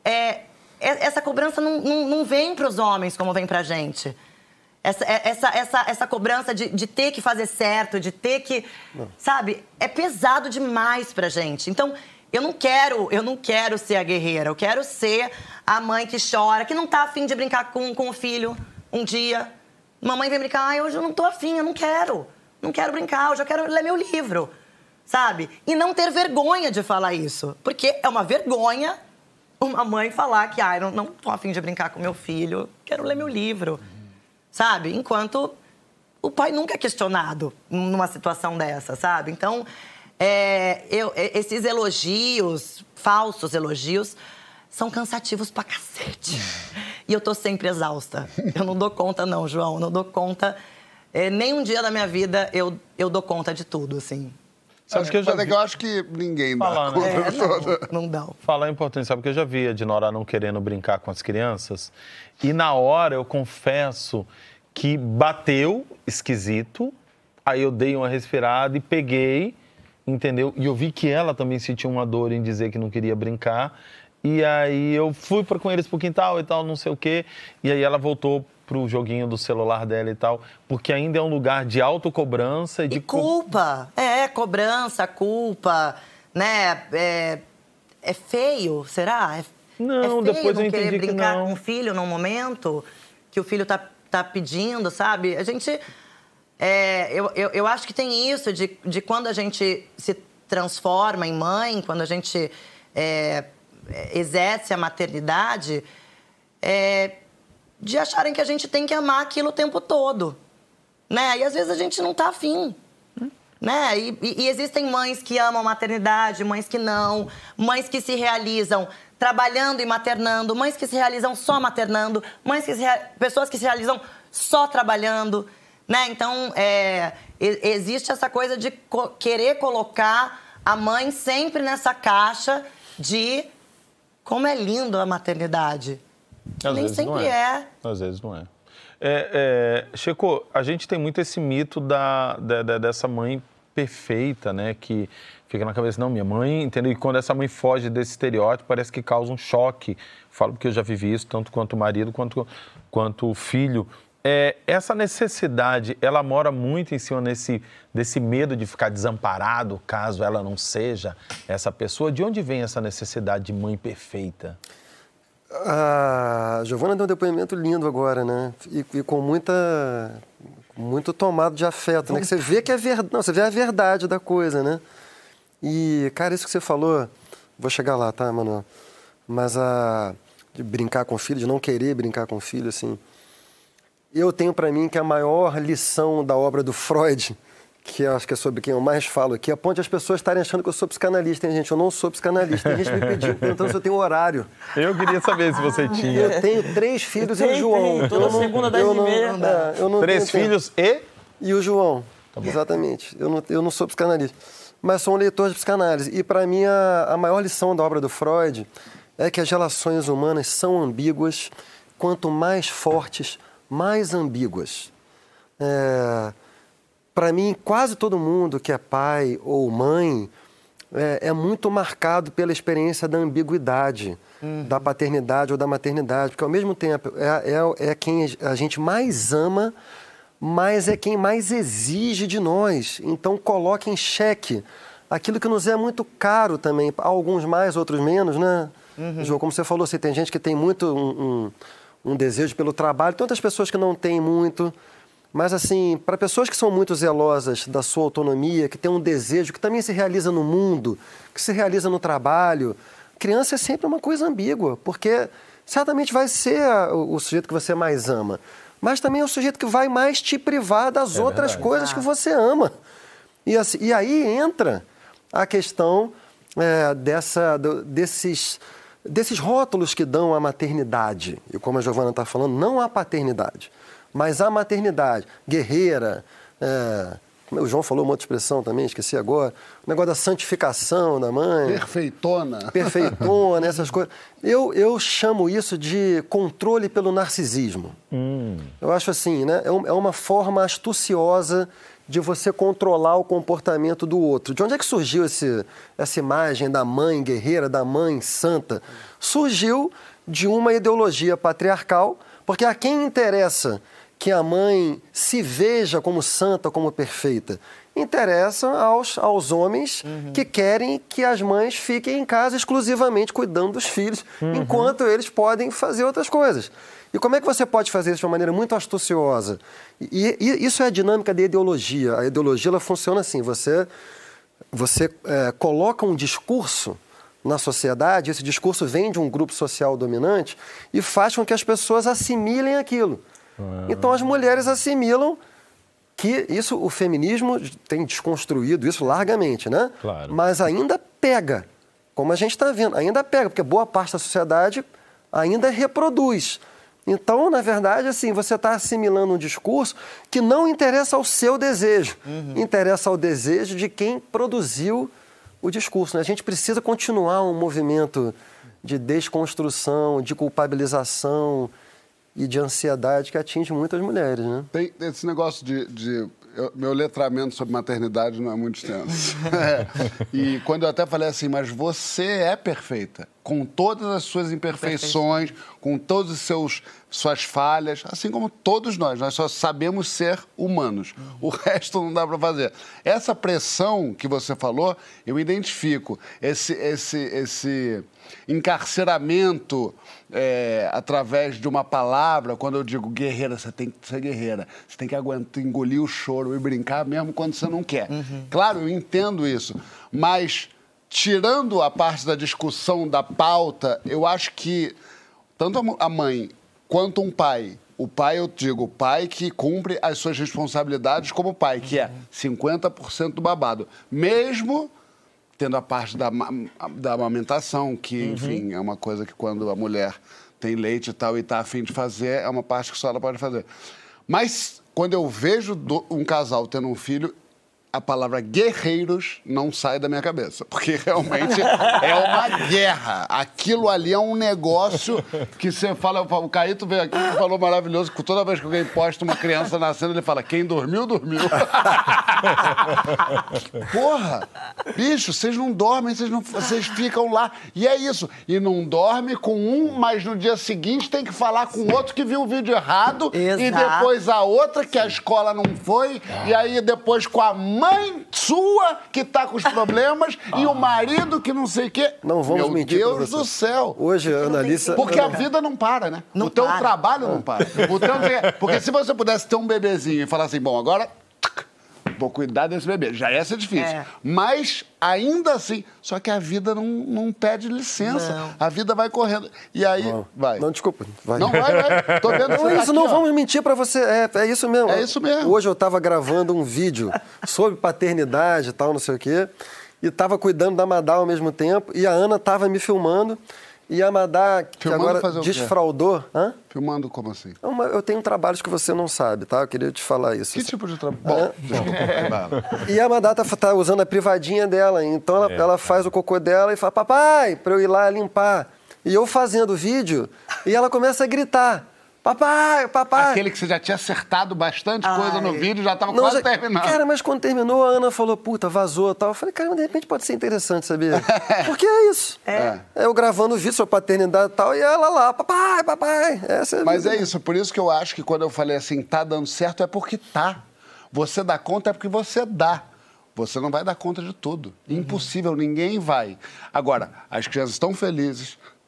essa cobrança não vem para os homens como vem para a gente. Essa cobrança de ter que fazer certo, de ter que... Sabe? É pesado demais pra gente. Então, eu não quero ser a guerreira. Eu quero ser a mãe que chora, que não tá afim de brincar com o filho um dia. Mamãe vem brincar, hoje eu não tô afim, eu não quero. Não quero brincar, hoje eu quero ler meu livro. Sabe? E não ter vergonha de falar isso. Porque é uma vergonha uma mãe falar que, eu não tô afim de brincar com meu filho, eu quero ler meu livro. Sabe? Enquanto o pai nunca é questionado numa situação dessa, sabe? Então, esses elogios, falsos elogios, são cansativos pra cacete. E eu tô sempre exausta. Eu não dou conta, não, João. Eu não dou conta. Nem um dia da minha vida eu dou conta de tudo, assim. Sabe que eu acho que ninguém dá conta toda. Não dá. Falar é importante, sabe? Porque eu já vi a Dinora não querendo brincar com as crianças. E na hora, eu confesso que bateu esquisito. Aí eu dei uma respirada e peguei, entendeu? E eu vi que ela também sentiu uma dor em dizer que não queria brincar. E aí eu fui com eles pro quintal e tal, não sei o quê. E aí ela voltou pro joguinho do celular dela e tal, porque ainda é um lugar de autocobrança e de... culpa. Cobrança, culpa, né? É feio, será? Não, feio depois não eu entendi querer brincar que não. com o filho num momento que o filho tá pedindo, sabe? A gente... eu acho que tem isso de quando a gente se transforma em mãe, quando a gente exerce a maternidade, de acharem que a gente tem que amar aquilo o tempo todo, né? E às vezes a gente não tá afim, né? E existem mães que amam a maternidade, mães que não, mães que se realizam trabalhando e maternando, mães que se realizam só maternando, pessoas que se realizam só trabalhando, né? Então, existe essa coisa de querer colocar a mãe sempre nessa caixa de como é lindo a maternidade. Às Nem vezes sempre não é. Às vezes não é. Chico, a gente tem muito esse mito dessa mãe perfeita, né? Que fica na cabeça, não, minha mãe, entendeu? E quando essa mãe foge desse estereótipo, parece que causa um choque. Falo porque eu já vivi isso, tanto quanto o marido, quanto o filho. Essa necessidade, ela mora muito em cima desse medo de ficar desamparado, caso ela não seja essa pessoa. De onde vem essa necessidade de mãe perfeita? A Giovana deu um depoimento lindo agora, né? E com muito tomado de afeto, né? Que você vê que é verdade. Não, você vê a verdade da coisa, né? E, cara, isso que você falou, vou chegar lá, tá, Manuel? Mas de brincar com o filho, de não querer brincar com o filho, assim. Eu tenho pra mim que a maior lição da obra do Freud, que eu acho que é sobre quem eu mais falo aqui, a ponto de as pessoas estarem achando que eu sou psicanalista, hein, gente? Eu não sou psicanalista. Tem gente me pediu, perguntando se eu tenho horário. Eu queria saber se você tinha. Eu tenho 3 filhos e o João. Toda segunda, 10h30. 3 filhos e o João. Tá, exatamente. Eu não sou psicanalista. Mas sou um leitor de psicanálise. E, para mim, a maior lição da obra do Freud é que as relações humanas são ambíguas. Quanto mais fortes, mais ambíguas. Para mim, quase todo mundo que é pai ou mãe é muito marcado pela experiência da ambiguidade, da paternidade ou da maternidade, porque, ao mesmo tempo, é quem a gente mais ama, mas é quem mais exige de nós. Então, coloca em xeque aquilo que nos é muito caro também, alguns mais, outros menos, né? João, como você falou, você tem gente que tem muito um desejo pelo trabalho, tem outras pessoas que não têm muito. Mas, assim, para pessoas que são muito zelosas da sua autonomia, que têm um desejo que também se realiza no mundo, que se realiza no trabalho, criança é sempre uma coisa ambígua, porque certamente vai ser o sujeito que você mais ama, mas também é o sujeito que vai mais te privar das outras coisas que você ama. E aí entra a questão desses rótulos que dão à maternidade. E como a Giovana está falando, não a paternidade, mas a maternidade. Guerreira, o João falou uma outra expressão também, esqueci agora, o negócio da santificação da mãe. Perfeitona, essas coisas. Eu chamo isso de controle pelo narcisismo. Eu acho assim, né? É uma forma astuciosa de você controlar o comportamento do outro. De onde é que surgiu essa imagem da mãe guerreira, da mãe santa? Surgiu de uma ideologia patriarcal, porque a quem interessa que a mãe se veja como santa, como perfeita? Interessa aos homens que querem que as mães fiquem em casa exclusivamente cuidando dos filhos, enquanto eles podem fazer outras coisas. E como é que você pode fazer isso de uma maneira muito astuciosa? E isso é a dinâmica da ideologia. A ideologia ela funciona assim, você coloca um discurso na sociedade, esse discurso vem de um grupo social dominante e faz com que as pessoas assimilem aquilo. Então as mulheres assimilam que isso, o feminismo tem desconstruído isso largamente, né? Claro. Mas ainda pega, como a gente está vendo, ainda pega, porque boa parte da sociedade ainda reproduz. Então, na verdade, assim, você está assimilando um discurso que não interessa ao seu desejo, interessa ao desejo de quem produziu o discurso, né? A gente precisa continuar um movimento de desconstrução, de culpabilização e de ansiedade que atinge muitas mulheres, né? Tem esse negócio meu letramento sobre maternidade não é muito extenso. E quando eu até falei assim, mas você é perfeita, com todas as suas imperfeições, com todas as suas falhas, assim como todos nós só sabemos ser humanos. O resto não dá para fazer. Essa pressão que você falou, eu identifico. Esse encarceramento através de uma palavra, quando eu digo guerreira, você tem que ser guerreira, você tem que aguentar, engolir o choro e brincar mesmo quando você não quer. Claro, eu entendo isso, mas tirando a parte da discussão da pauta, eu acho que tanto a mãe quanto um pai, o pai, eu digo, o pai que cumpre as suas responsabilidades como pai, que é 50% do babado, mesmo tendo a parte da amamentação, que, enfim, é uma coisa que quando a mulher tem leite e tal e está a fim de fazer, é uma parte que só ela pode fazer. Mas quando eu vejo um casal tendo um filho, a palavra guerreiros não sai da minha cabeça, porque realmente é uma guerra. Aquilo ali é um negócio que você fala... O Caíto veio aqui e falou maravilhoso, que toda vez que alguém posta uma criança nascendo, ele fala, quem dormiu, dormiu. Porra! Bicho, vocês não dormem, vocês ficam lá. E é isso. E não dorme com um, mas no dia seguinte tem que falar com outro que viu o vídeo errado. Exato. E depois a outra, que a escola não foi. E aí depois com a mãe sua que tá com os problemas e o marido que não sei o quê. Não vamos mentir. Meu Deus do céu. Hoje, Analisa... Porque a vida não para, né? O teu trabalho não para. Porque se você pudesse ter um bebezinho e falar assim, bom, agora... vou cuidar desse bebê. Já ia ser difícil. Mas, ainda assim... Só que a vida não pede licença. Não. A vida vai correndo. E aí, vai. Não, desculpa. Vai. Não, vai. Tô vendo não, isso, não vamos mentir pra você. É isso mesmo. É isso mesmo. Hoje eu tava gravando um vídeo sobre paternidade e tal, não sei o quê. E tava cuidando da Madá ao mesmo tempo. E a Ana tava me filmando. E a Madá, que agora desfraudou... Hã? Filmando como assim? Eu tenho trabalhos que você não sabe, tá? Eu queria te falar isso. Que tipo de trabalho? Bom, desculpa. E a Madá tá usando a privadinha dela. Então ela faz o cocô dela e fala, papai, pra eu ir lá limpar. E eu fazendo o vídeo, e ela começa a gritar. Papai, papai. Aquele que você já tinha acertado bastante coisa no vídeo, já tava quase terminando. Cara, mas quando terminou, a Ana falou, puta, vazou e tal. Eu falei, cara, mas de repente pode ser interessante, sabia? Porque é isso. Eu gravando o vídeo sobre paternidade e tal, e ela lá, papai, papai. Mas é isso, por isso que eu acho que quando eu falei assim, tá dando certo, é porque tá. Você dá conta é porque você dá. Você não vai dar conta de tudo. Impossível, ninguém vai. Agora, as crianças estão felizes,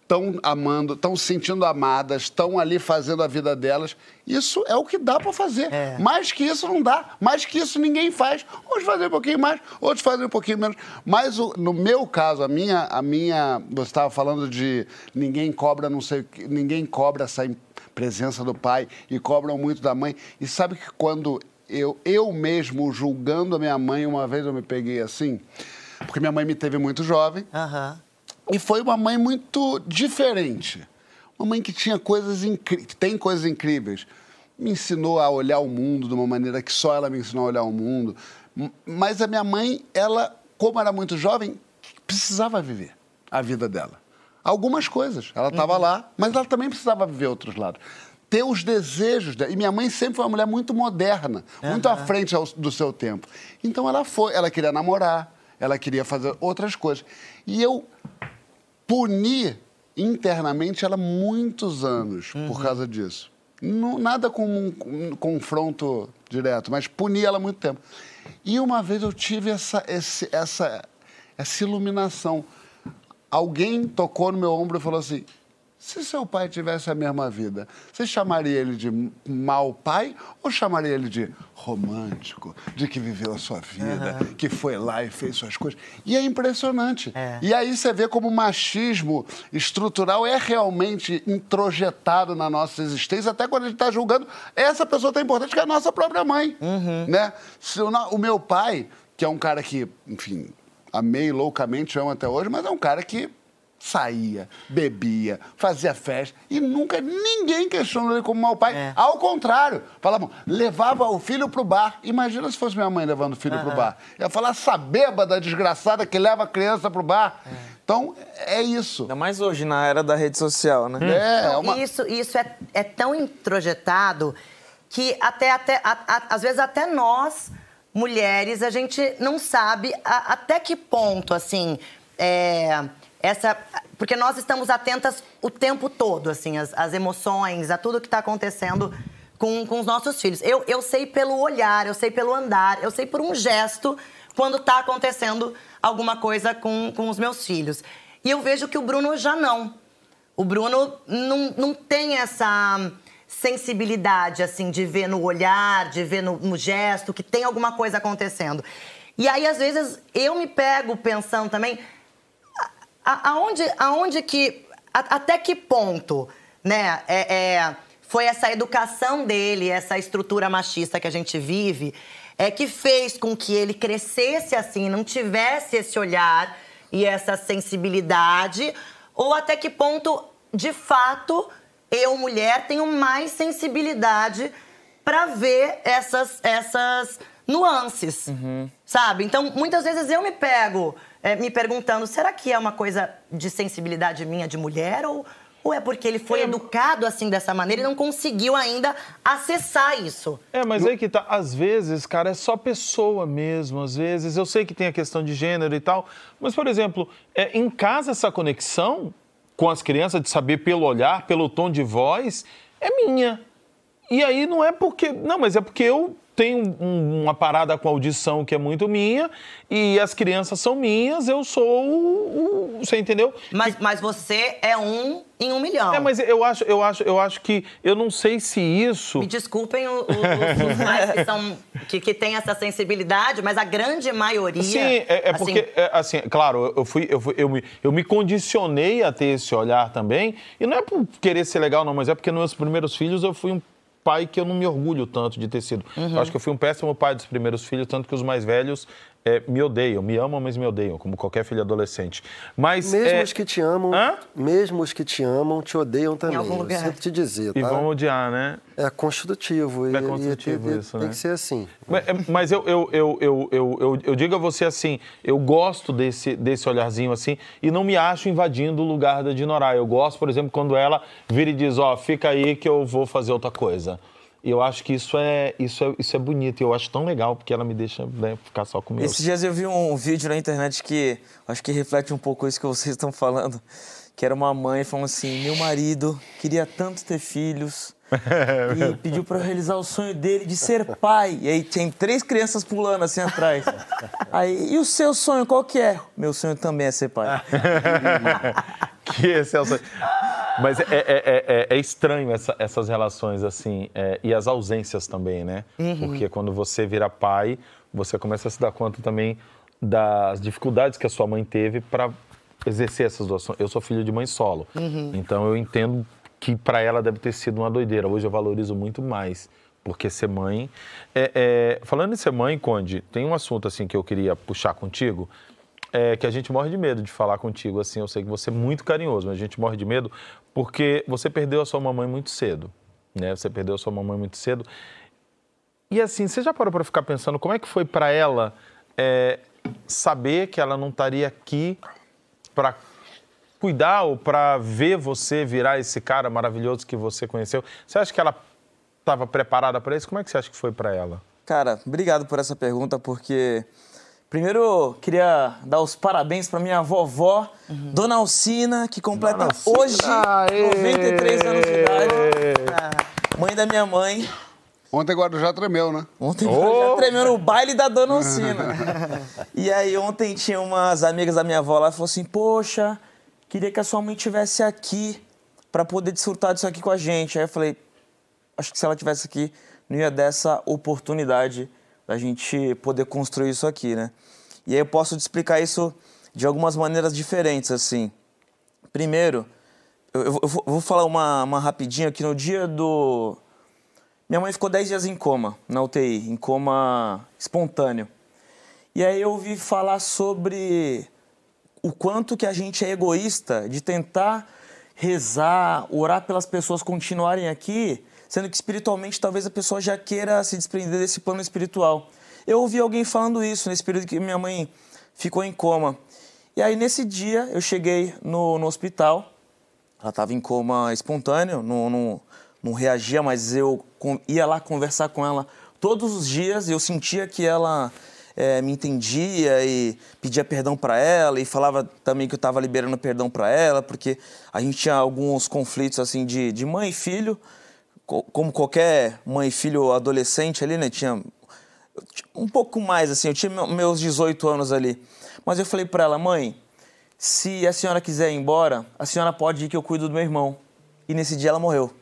estão amando, estão se sentindo amadas, estão ali fazendo a vida delas. Isso é o que dá para fazer. Mais que isso não dá. Mais que isso ninguém faz. Uns fazem um pouquinho mais, outros fazem um pouquinho menos. Mas no meu caso, a minha você estava falando de ninguém cobra, não sei o que, ninguém cobra essa presença do pai e cobram muito da mãe. E sabe que quando eu mesmo julgando a minha mãe, uma vez eu me peguei assim, porque minha mãe me teve muito jovem. E foi uma mãe muito diferente. Uma mãe que tinha que tem coisas incríveis. Me ensinou a olhar o mundo de uma maneira que só ela me ensinou a olhar o mundo. Mas a minha mãe, ela, como era muito jovem, precisava viver a vida dela. Algumas coisas. Ela estava lá, mas ela também precisava viver outros lados. Ter os desejos dela. E minha mãe sempre foi uma mulher muito moderna, muito à frente do seu tempo. Então ela queria namorar, ela queria fazer outras coisas. E eu puni internamente ela muitos anos por causa disso. Nada com um confronto direto, mas puni ela muito tempo. E uma vez eu tive essa iluminação. Alguém tocou no meu ombro e falou assim: se seu pai tivesse a mesma vida, você chamaria ele de mau pai ou chamaria ele de romântico, de que viveu a sua vida, que foi lá e fez suas coisas? E é impressionante. E aí você vê como o machismo estrutural é realmente introjetado na nossa existência, até quando a gente está julgando essa pessoa tão importante que é a nossa própria mãe. Né? O meu pai, que é um cara que, enfim, amei loucamente, amo até hoje, mas é um cara que saía, bebia, fazia festa e nunca ninguém questionou ele como mau pai. Ao contrário, falavam, levava o filho pro bar. Imagina se fosse minha mãe levando o filho pro bar. Ia falar, essa bêbada desgraçada que leva a criança pro bar. Então, é isso. Ainda mais hoje, na era da rede social, né? Isso é tão introjetado que às vezes até nós, mulheres, a gente não sabe até que ponto, assim, porque nós estamos atentas o tempo todo, assim, às emoções, a tudo que está acontecendo com os nossos filhos. Eu sei pelo olhar, eu sei pelo andar, eu sei por um gesto quando está acontecendo alguma coisa com os meus filhos. E eu vejo que o Bruno já não. O Bruno não tem essa sensibilidade, assim, de ver no olhar, de ver no gesto, que tem alguma coisa acontecendo. E aí, às vezes, eu me pego pensando também... Até que ponto, né, foi essa educação dele, essa estrutura machista que a gente vive, que fez com que ele crescesse assim, não tivesse esse olhar e essa sensibilidade, ou até que ponto, de fato, eu, mulher, tenho mais sensibilidade para ver essas nuances, sabe? Então, muitas vezes eu me pego me perguntando, será que é uma coisa de sensibilidade minha de mulher ou é porque ele foi educado assim dessa maneira e não conseguiu ainda acessar isso? Mas aí que tá, às vezes, cara, é só pessoa mesmo, às vezes, eu sei que tem a questão de gênero e tal, mas, por exemplo, em casa essa conexão com as crianças, de saber pelo olhar, pelo tom de voz, é minha. E aí não é porque... Não, mas é porque eu tenho uma parada com a audição que é muito minha e as crianças são minhas, eu sou você entendeu? Mas você é um em 1 milhão. Mas eu acho que... Eu não sei se isso... Me desculpem os pais que têm essa sensibilidade, mas a grande maioria... Sim, porque, assim, claro, eu me condicionei a ter esse olhar também, e não é por querer ser legal, não, mas é porque nos meus primeiros filhos eu fui um pai que eu não me orgulho tanto de ter sido. Eu acho que eu fui um péssimo pai dos primeiros filhos, tanto que os mais velhos me odeiam, me amam, mas me odeiam, como qualquer filho adolescente. Mas, mesmo os que te amam, mesmo os que te amam, te odeiam também. Em algum lugar. Eu te dizer, tá? E vão odiar, né? É constitutivo. É constitutivo isso, né? Tem que ser assim. Mas eu digo a você assim, eu gosto desse olharzinho assim e não me acho invadindo o lugar da Dinorah. Eu gosto, por exemplo, quando ela vira e diz, fica aí que eu vou fazer outra coisa. E eu acho que isso é bonito. E eu acho tão legal, porque ela me deixa ficar só comigo. Esses dias eu vi um vídeo na internet que acho que reflete um pouco isso que vocês estão falando. Que era uma mãe falando assim, meu marido queria tanto ter filhos e pediu para eu realizar o sonho dele de ser pai. E aí tem 3 crianças pulando assim atrás. Aí, e o seu sonho, qual que é? Meu sonho também é ser pai. Que esse é o sonho. Mas é estranho essas relações, assim, e as ausências também, né? Porque quando você vira pai, você começa a se dar conta também das dificuldades que a sua mãe teve para exercer essas doações. Eu sou filho de mãe solo, então eu entendo que para ela deve ter sido uma doideira. Hoje eu valorizo muito mais, porque ser mãe... Falando em ser mãe, Conde, tem um assunto assim que eu queria puxar contigo, que a gente morre de medo de falar contigo, assim, eu sei que você é muito carinhoso, mas a gente morre de medo porque você perdeu a sua mamãe muito cedo, né? Você perdeu a sua mamãe muito cedo. E assim, você já parou para ficar pensando como é que foi para ela saber que ela não estaria aqui para cuidar ou para ver você virar esse cara maravilhoso que você conheceu? Você acha que ela estava preparada para isso? Como é que você acha que foi para ela? Cara, obrigado por essa pergunta, porque... Primeiro, queria dar os parabéns para minha vovó, Dona Alcina, que completa hoje 93 anos de idade. Mãe da minha mãe. Ontem agora já tremeu, né? Ontem já tremeu no baile da Dona Alcina. E aí ontem tinha umas amigas da minha avó lá e falou assim, poxa, queria que a sua mãe estivesse aqui para poder desfrutar disso aqui com a gente. Aí eu falei, acho que se ela estivesse aqui, não ia dar essa oportunidade da gente poder construir isso aqui, né? E aí eu posso te explicar isso de algumas maneiras diferentes, assim. Primeiro, eu vou falar uma rapidinho, que no dia do... Minha mãe ficou 10 dias em coma, na UTI, em coma espontâneo. E aí eu ouvi falar sobre o quanto que a gente é egoísta de tentar rezar, orar pelas pessoas continuarem aqui, sendo que espiritualmente talvez a pessoa já queira se desprender desse plano espiritual. Eu ouvi alguém falando isso nesse período que minha mãe ficou em coma. E aí nesse dia eu cheguei no hospital, ela estava em coma espontâneo, não reagia, mas eu ia lá conversar com ela todos os dias e eu sentia que ela me entendia e pedia perdão para ela e falava também que eu estava liberando perdão para ela, porque a gente tinha alguns conflitos assim de mãe e filho, como qualquer mãe e filho adolescente ali, né? Tinha um pouco mais, assim, eu tinha meus 18 anos ali. Mas eu falei para ela, mãe, se a senhora quiser ir embora, a senhora pode ir que eu cuido do meu irmão. E nesse dia ela morreu.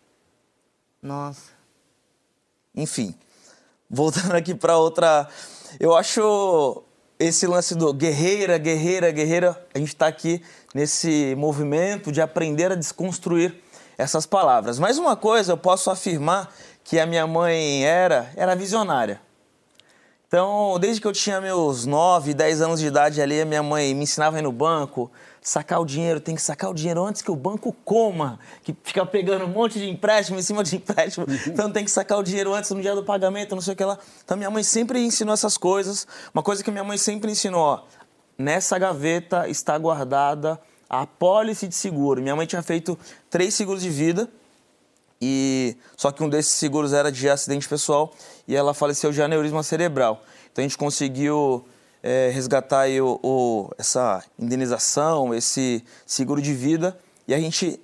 Nossa. Enfim, voltando aqui para outra... Eu acho esse lance do guerreira, a gente está aqui nesse movimento de aprender a desconstruir essas palavras. Mas uma coisa eu posso afirmar que a minha mãe era visionária. Então, desde que eu tinha meus 9, 10 anos de idade ali, a minha mãe me ensinava a ir no banco, sacar o dinheiro, tem que sacar o dinheiro antes que o banco coma, que fica pegando um monte de empréstimo em cima de empréstimo, então tem que sacar o dinheiro antes no dia do pagamento, não sei o que lá. Então, minha mãe sempre ensinou essas coisas. Uma coisa que minha mãe sempre ensinou, ó, nessa gaveta está guardada a apólice de seguro. Minha mãe tinha feito 3 seguros de vida, só que um desses seguros era de acidente pessoal e ela faleceu de aneurisma cerebral. Então a gente conseguiu resgatar aí essa indenização, esse seguro de vida e a gente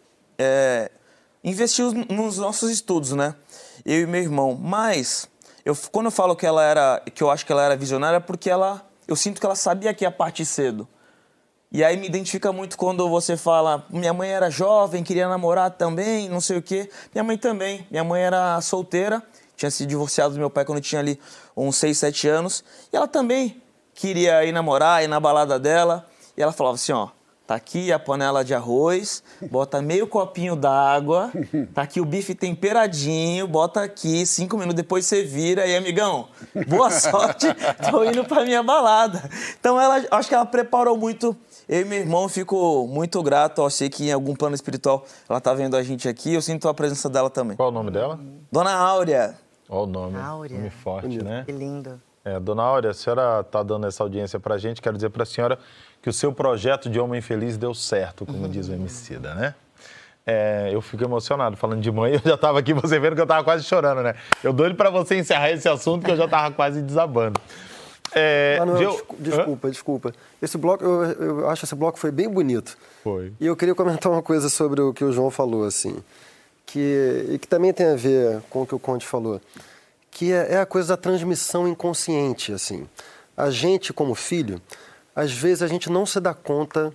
investiu nos nossos estudos, né? Eu e meu irmão. Mas quando eu falo que eu acho que ela era visionária, é porque eu sinto que ela sabia que ia partir cedo. E aí me identifica muito quando você fala, minha mãe era jovem, queria namorar também, não sei o quê. Minha mãe também. Minha mãe era solteira, tinha se divorciado do meu pai quando eu tinha ali uns 6, 7 anos. E ela também queria ir namorar, ir na balada dela. E ela falava assim, ó, tá aqui a panela de arroz, bota meio copinho d'água, tá aqui o bife temperadinho, bota aqui, 5 minutos depois você vira. E amigão, boa sorte, tô indo pra minha balada. Então acho que ela preparou muito. Eu e meu irmão fico muito grato. Eu sei que em algum plano espiritual ela tá vendo a gente aqui. Eu sinto a presença dela também. Qual é o nome dela? Dona Áurea. Olha o nome. Áurea. Nome forte, né? Que lindo. Dona Áurea, a senhora está dando essa audiência pra gente. Quero dizer pra senhora que o seu projeto de Homem Feliz deu certo, como diz o Emicida, né? Eu fico emocionado falando de mãe. Eu já estava aqui, você vendo que eu estava quase chorando, né? Eu doido para você encerrar esse assunto que eu já estava quase desabando. Manuel, desculpa. Esse bloco, eu acho que esse bloco foi bem bonito. Foi. E eu queria comentar uma coisa sobre o que o João falou, assim, que também tem a ver com o que o Conde falou, que é a coisa da transmissão inconsciente, assim. A gente, como filho, às vezes a gente não se dá conta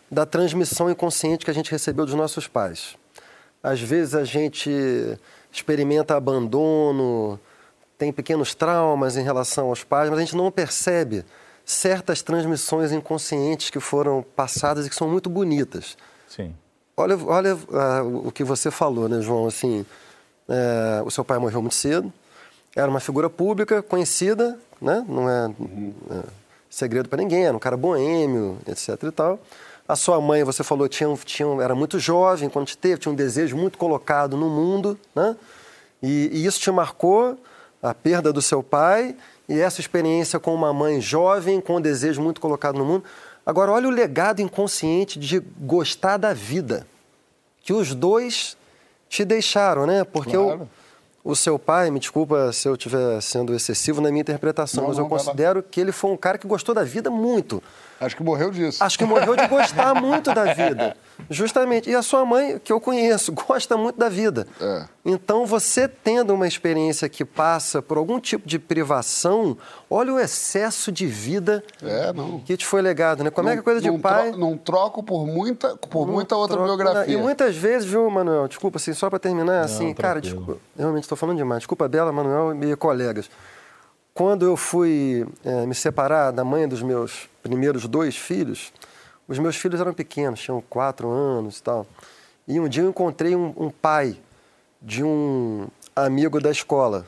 da transmissão inconsciente que a gente recebeu dos nossos pais. Às vezes a gente experimenta abandono, tem pequenos traumas em relação aos pais, mas a gente não percebe certas transmissões inconscientes que foram passadas e que são muito bonitas. Sim. Olha o que você falou, né, João? Assim, o seu pai morreu muito cedo, era uma figura pública, conhecida, né? Não é segredo para ninguém, era um cara boêmio, etc. e tal. A sua mãe, você falou, era muito jovem quando te teve, tinha um desejo muito colocado no mundo, né? E isso te marcou, a perda do seu pai e essa experiência com uma mãe jovem, com um desejo muito colocado no mundo. Agora, olha o legado inconsciente de gostar da vida, que os dois te deixaram, né? Porque o seu pai, me desculpa se eu estiver sendo excessivo na minha interpretação, mas eu considero que ele foi um cara que gostou da vida muito. Acho que morreu disso. Acho que morreu de gostar muito da vida. Justamente. E a sua mãe, que eu conheço, gosta muito da vida. Então, você tendo uma experiência que passa por algum tipo de privação, olha o excesso de vida que te foi legado, né? Como é que é coisa de pai... Não troco por muita outra biografia. E muitas vezes, viu, Manuel, desculpa, assim, só para terminar, assim, cara, desculpa, realmente estou falando demais. Desculpa, Bela, Manuel e colegas. Quando eu fui me separar da mãe dos meus primeiros 2 filhos, os meus filhos eram pequenos, tinham 4 anos e tal. E um dia eu encontrei um pai de um amigo da escola.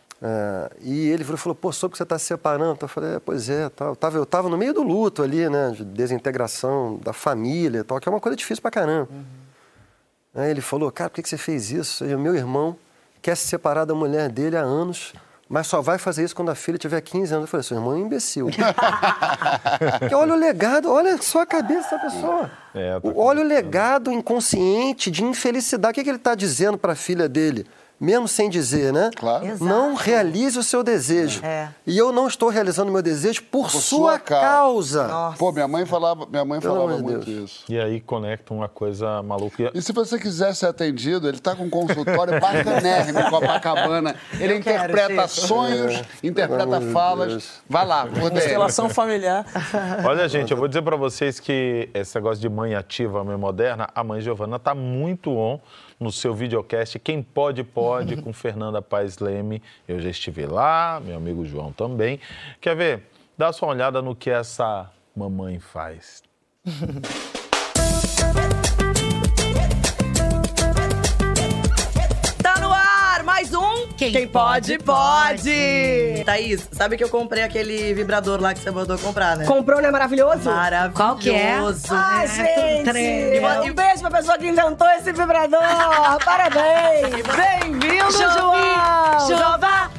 E ele falou, pô, soube que você está se separando. Eu falei, pois é, tal. Eu estava no meio do luto ali, né, de desintegração da família e tal, que é uma coisa difícil pra caramba. Aí ele falou, cara, por que você fez isso? E o meu irmão quer se separar da mulher dele há anos, mas só vai fazer isso quando a filha tiver 15 anos. Eu falei, seu irmão é um imbecil. Porque olha o legado, olha só a cabeça da pessoa. Olha o legado inconsciente de infelicidade. O que ele está dizendo para a filha dele? Mesmo sem dizer, né? Claro. Não realize o seu desejo. E eu não estou realizando o meu desejo por sua causa. Nossa. Pô, minha mãe falava muito isso. E aí conecta uma coisa maluca. E se você quiser ser atendido, ele está com um consultório bacanérrimo em Copacabana. Ele interpreta sonhos, interpreta falas. Vai lá, constelação familiar. Olha, gente, eu vou dizer para vocês que esse negócio de mãe ativa, mãe moderna, a mãe Giovana está muito on no seu videocast Quem Pode, Pode, com Fernanda Paes Leme. Eu já estive lá, meu amigo João também. Quer ver? Dá só uma olhada no que essa mamãe faz. Tá no ar, mais um Quem Pode, Pode! Thaís, sabe que eu comprei aquele vibrador lá que você mandou comprar, né? Comprou, não é maravilhoso? Maravilhoso. Qual que é? Ai, gente! Um beijo pra pessoa que inventou esse vibrador! Parabéns! Bem-vindo, João! Jová!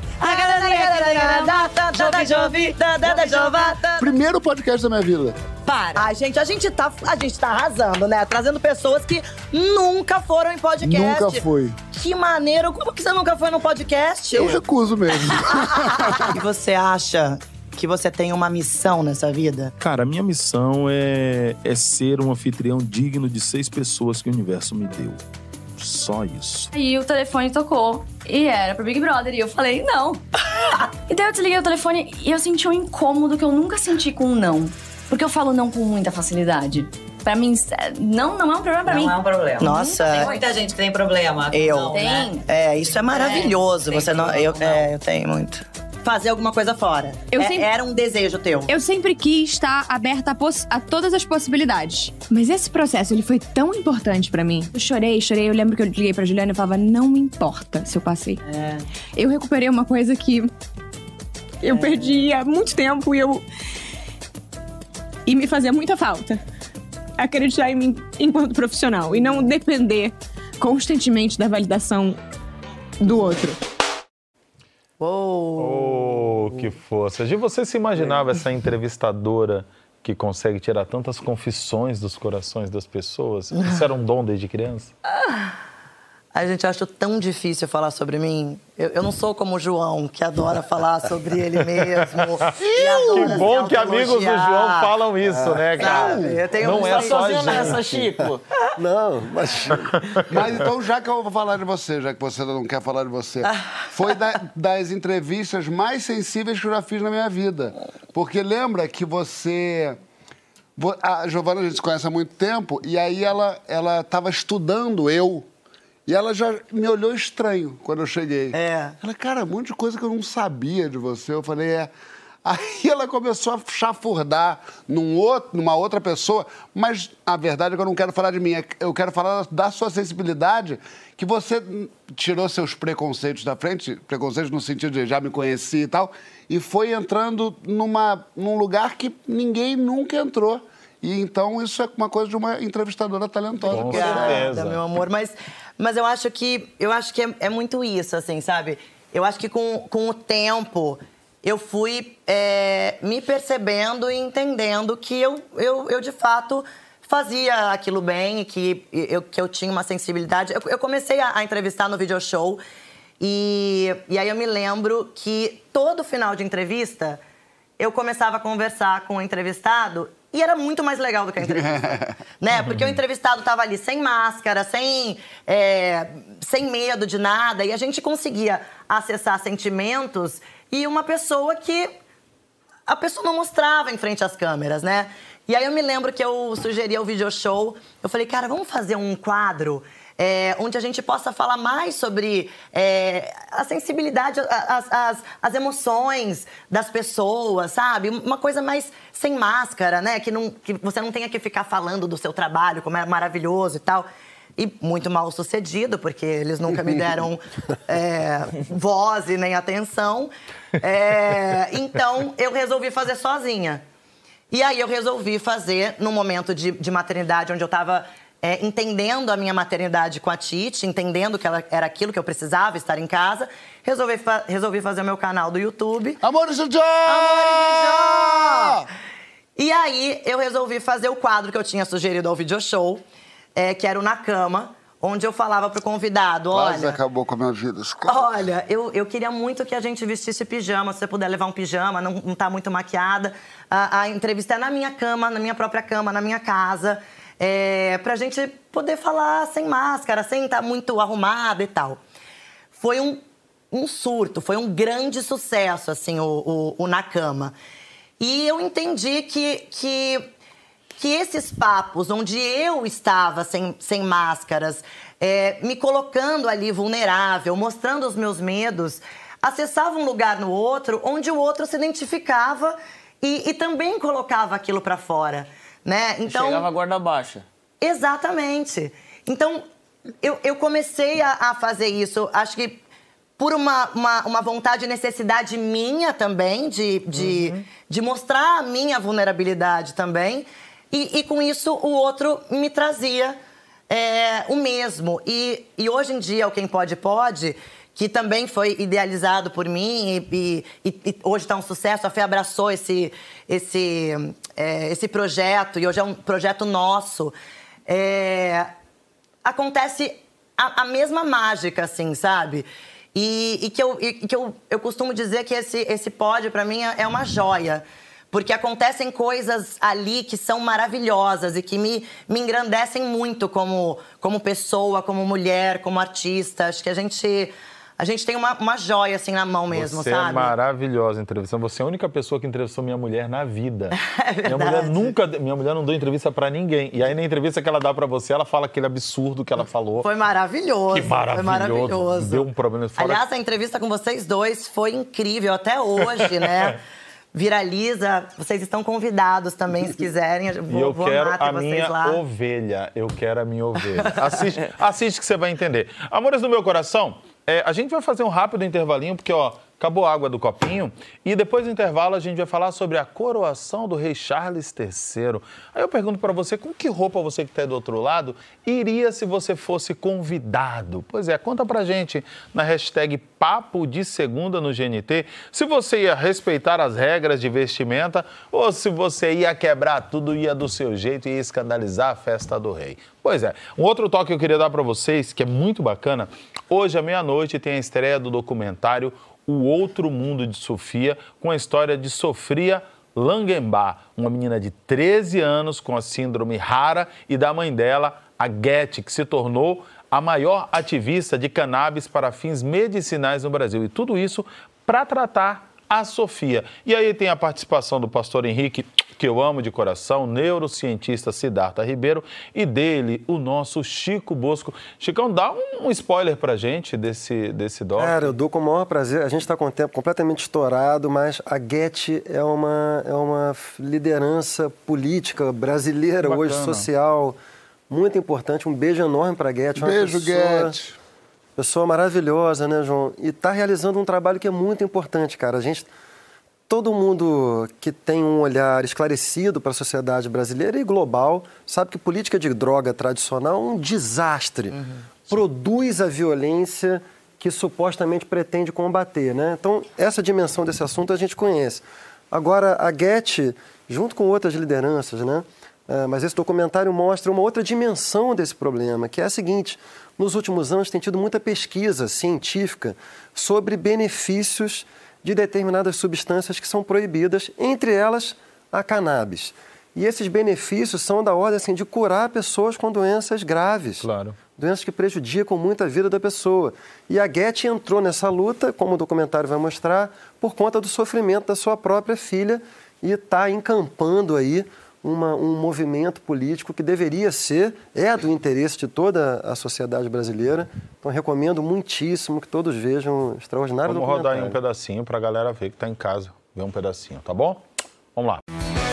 Primeiro podcast da minha vida. Para. A gente tá arrasando, né? Trazendo pessoas que nunca foram em podcast. Nunca fui. Que maneiro. Como que você nunca foi num podcast? Eu recuso mesmo. E você acha que você tem uma missão nessa vida? Cara, a minha missão é ser um anfitrião digno de 6 pessoas que o universo me deu. Só isso. E o telefone tocou e era pro Big Brother e eu falei, não. E daí eu desliguei o telefone e eu senti um incômodo que eu nunca senti com um não. Porque eu falo não com muita facilidade. Pra mim, não é um problema pra mim. Não é um problema. Nossa. Tem muita gente que tem problema. Eu. Tem. Isso é maravilhoso. Você não. Eu tenho muito. Fazer alguma coisa fora. Era um desejo teu. Eu sempre quis estar aberta a todas as possibilidades. Mas esse processo, ele foi tão importante pra mim. Eu chorei. Eu lembro que eu liguei pra Juliana e falava, não me importa se eu passei. Eu recuperei uma coisa que eu perdi há muito tempo e me fazia muita falta. Acreditar em mim enquanto profissional e não depender constantemente da validação do outro. Oh, que força. Gi, você se imaginava essa entrevistadora que consegue tirar tantas confissões dos corações das pessoas? Isso era um dom desde criança? A gente acha tão difícil falar sobre mim. Eu não sou como o João, que adora falar sobre ele mesmo. Que bom que amigos do João falam isso, né, cara? Eu tenho não é só gente. Nessa, Chico. Não, mas então, já que eu vou falar de você, já que você não quer falar de você, foi das entrevistas mais sensíveis que eu já fiz na minha vida. Porque lembra que você A Giovana, a gente se conhece há muito tempo, e aí ela estava estudando e ela já me olhou estranho quando eu cheguei. Ela, cara, um monte de coisa que eu não sabia de você. Eu falei, Aí ela começou a chafurdar numa outra pessoa, mas a verdade é que eu não quero falar de mim, eu quero falar da sua sensibilidade, que você tirou seus preconceitos da frente, preconceitos no sentido de já me conheci e tal, e foi entrando num lugar que ninguém nunca entrou. E então isso é uma coisa de uma entrevistadora talentosa. Com certeza, meu amor. Mas eu acho que é muito isso, assim, sabe? Eu acho que com o tempo eu fui me percebendo e entendendo que eu de fato fazia aquilo bem, que eu tinha uma sensibilidade. Eu comecei a entrevistar no video show e aí eu me lembro que todo final de entrevista eu começava a conversar com o entrevistado e era muito mais legal do que a entrevista, né? Porque o entrevistado estava ali sem máscara, sem medo de nada, e a gente conseguia acessar sentimentos e uma pessoa que a pessoa não mostrava em frente às câmeras, né? E aí eu me lembro que eu sugeri ao video show, eu falei, cara, vamos fazer um quadro onde a gente possa falar mais sobre a sensibilidade, as emoções das pessoas, sabe? Uma coisa mais sem máscara, né? Que você não tenha que ficar falando do seu trabalho, como é maravilhoso e tal. E muito mal sucedido, porque eles nunca me deram voz e nem atenção. Então, eu resolvi fazer sozinha. E aí, eu resolvi fazer num momento de maternidade, onde eu estava entendendo a minha maternidade com a Titi, entendendo que ela era aquilo que eu precisava, estar em casa. Resolvi fazer o meu canal do YouTube. Amores do Jô! Amores do Jô! E aí, eu resolvi fazer o quadro que eu tinha sugerido ao video show, que era o Na Cama, onde eu falava pro convidado, Quase acabou com a minha vida. Olha, eu queria muito que a gente vestisse pijama, se você puder levar um pijama, não tá muito maquiada. A entrevista é na minha cama, na minha própria cama, na minha casa, pra gente poder falar sem máscara, sem estar muito arrumada e tal. Foi um surto, foi um grande sucesso, assim, o Na Cama. E eu entendi que esses papos, onde eu estava sem máscaras, me colocando ali vulnerável, mostrando os meus medos, acessava um lugar no outro, onde o outro se identificava e também colocava aquilo para fora, né? Então, chegava a guarda baixa. Exatamente. Então, eu comecei a fazer isso, acho que por uma vontade e necessidade minha também, de mostrar a minha vulnerabilidade também. E com isso, o outro me trazia o mesmo. E hoje em dia, o Quem Pode, Pode, que também foi idealizado por mim e hoje está um sucesso. A Fê abraçou esse projeto e hoje é um projeto nosso. Acontece a mesma mágica, assim, sabe? E que eu costumo dizer que esse pódio, para mim, é uma joia. Porque acontecem coisas ali que são maravilhosas e que me engrandecem muito como pessoa, como mulher, como artista. Acho que a gente tem uma joia, assim, na mão mesmo, você sabe? Você é maravilhosa entrevistando. Você é a única pessoa que entrevistou minha mulher na vida. É verdade. Minha mulher não deu entrevista pra ninguém. E aí, na entrevista que ela dá pra você, ela fala aquele absurdo que ela falou. Foi maravilhoso. Que maravilhoso. Foi maravilhoso. Deu um problema. Aliás, a entrevista com vocês dois foi incrível. Até hoje, né? Viraliza. Vocês estão convidados também, se quiserem. Eu quero a minha ovelha. Eu quero a minha ovelha. Assiste que você vai entender. Amores do meu coração, a gente vai fazer um rápido intervalinho, porque, acabou a água do copinho. E depois do intervalo, a gente vai falar sobre a coroação do rei Charles III. Aí eu pergunto pra você, com que roupa você que tá aí do outro lado iria se você fosse convidado? Pois é, conta pra gente na hashtag Papo de Segunda no GNT, se você ia respeitar as regras de vestimenta ou se você ia quebrar tudo, ia do seu jeito e ia escandalizar a festa do rei. Pois é, um outro toque que eu queria dar pra vocês, que é muito bacana, hoje à meia-noite tem a estreia do documentário O Outro Mundo de Sofia, com a história de Sofia Langenbach, uma menina de 13 anos com a síndrome rara, e da mãe dela, a Getty, que se tornou a maior ativista de cannabis para fins medicinais no Brasil. E tudo isso para tratar a Sofia. E aí tem a participação do pastor Henrique, que eu amo de coração, neurocientista Siddhartha Ribeiro, e dele, o nosso Chico Bosco. Chicão, dá um spoiler pra gente desse doc. Cara, eu dou com o maior prazer. A gente está com o tempo completamente estourado, mas a Getty é uma liderança política brasileira, hoje social, muito importante. Um beijo enorme para a Getty. Beijo, Getty. Pessoa maravilhosa, né, João? E está realizando um trabalho que é muito importante, cara. Todo mundo que tem um olhar esclarecido para a sociedade brasileira e global sabe que política de droga tradicional é um desastre. Produz a violência que supostamente pretende combater, né? Então, essa dimensão desse assunto a gente conhece. Agora, a Getty, junto com outras lideranças, né? Mas esse documentário mostra uma outra dimensão desse problema, que é a seguinte: nos últimos anos tem tido muita pesquisa científica sobre benefícios de determinadas substâncias que são proibidas, entre elas a cannabis. E esses benefícios são da ordem assim, de curar pessoas com doenças graves. Claro. Doenças que prejudicam muito a vida da pessoa. E a Getty entrou nessa luta, como o documentário vai mostrar, por conta do sofrimento da sua própria filha e está encampando aí um movimento político que deveria ser, do interesse de toda a sociedade brasileira. Então, recomendo muitíssimo que todos vejam o extraordinário documentário. Vamos rodar aí um pedacinho para a galera ver que está em casa, ver um pedacinho, tá bom? Vamos lá.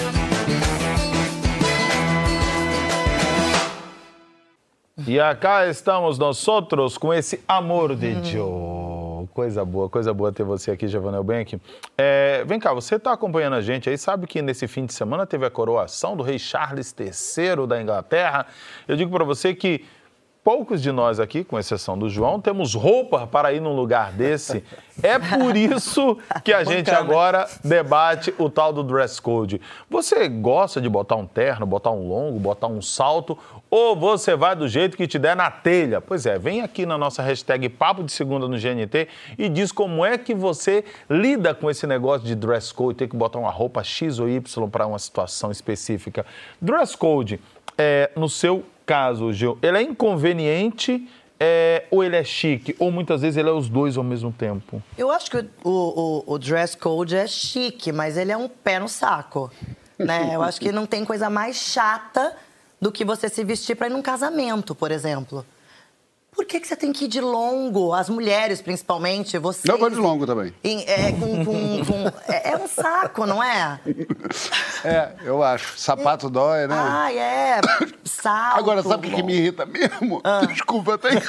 E acá estamos nós outros com esse amor de Deus. Coisa boa ter você aqui, Giovanna Eubank. Vem cá, você está acompanhando a gente aí, sabe que nesse fim de semana teve a coroação do rei Charles III da Inglaterra. Eu digo para você que poucos de nós aqui, com exceção do João, temos roupa para ir num lugar desse. É por isso que a gente agora debate o tal do dress code. Você gosta de botar um terno, botar um longo, botar um salto, ou você vai do jeito que te der na telha? Pois é, vem aqui na nossa hashtag Papo de Segunda no GNT e diz como é que você lida com esse negócio de dress code, ter que botar uma roupa X ou Y para uma situação específica. Dress code, no seu caso, Gil, ele é inconveniente ou ele é chique? Ou muitas vezes ele é os dois ao mesmo tempo? Eu acho que o dress code é chique, mas ele é um pé no saco, né? Eu acho que não tem coisa mais chata do que você se vestir para ir num casamento, por exemplo. Por que você tem que ir de longo? As mulheres, principalmente, você... Eu vou de longo também. É um saco, não é? Eu acho. Sapato dói, né? Salto. Agora, sabe o que me irrita mesmo? Desculpa, eu tenho...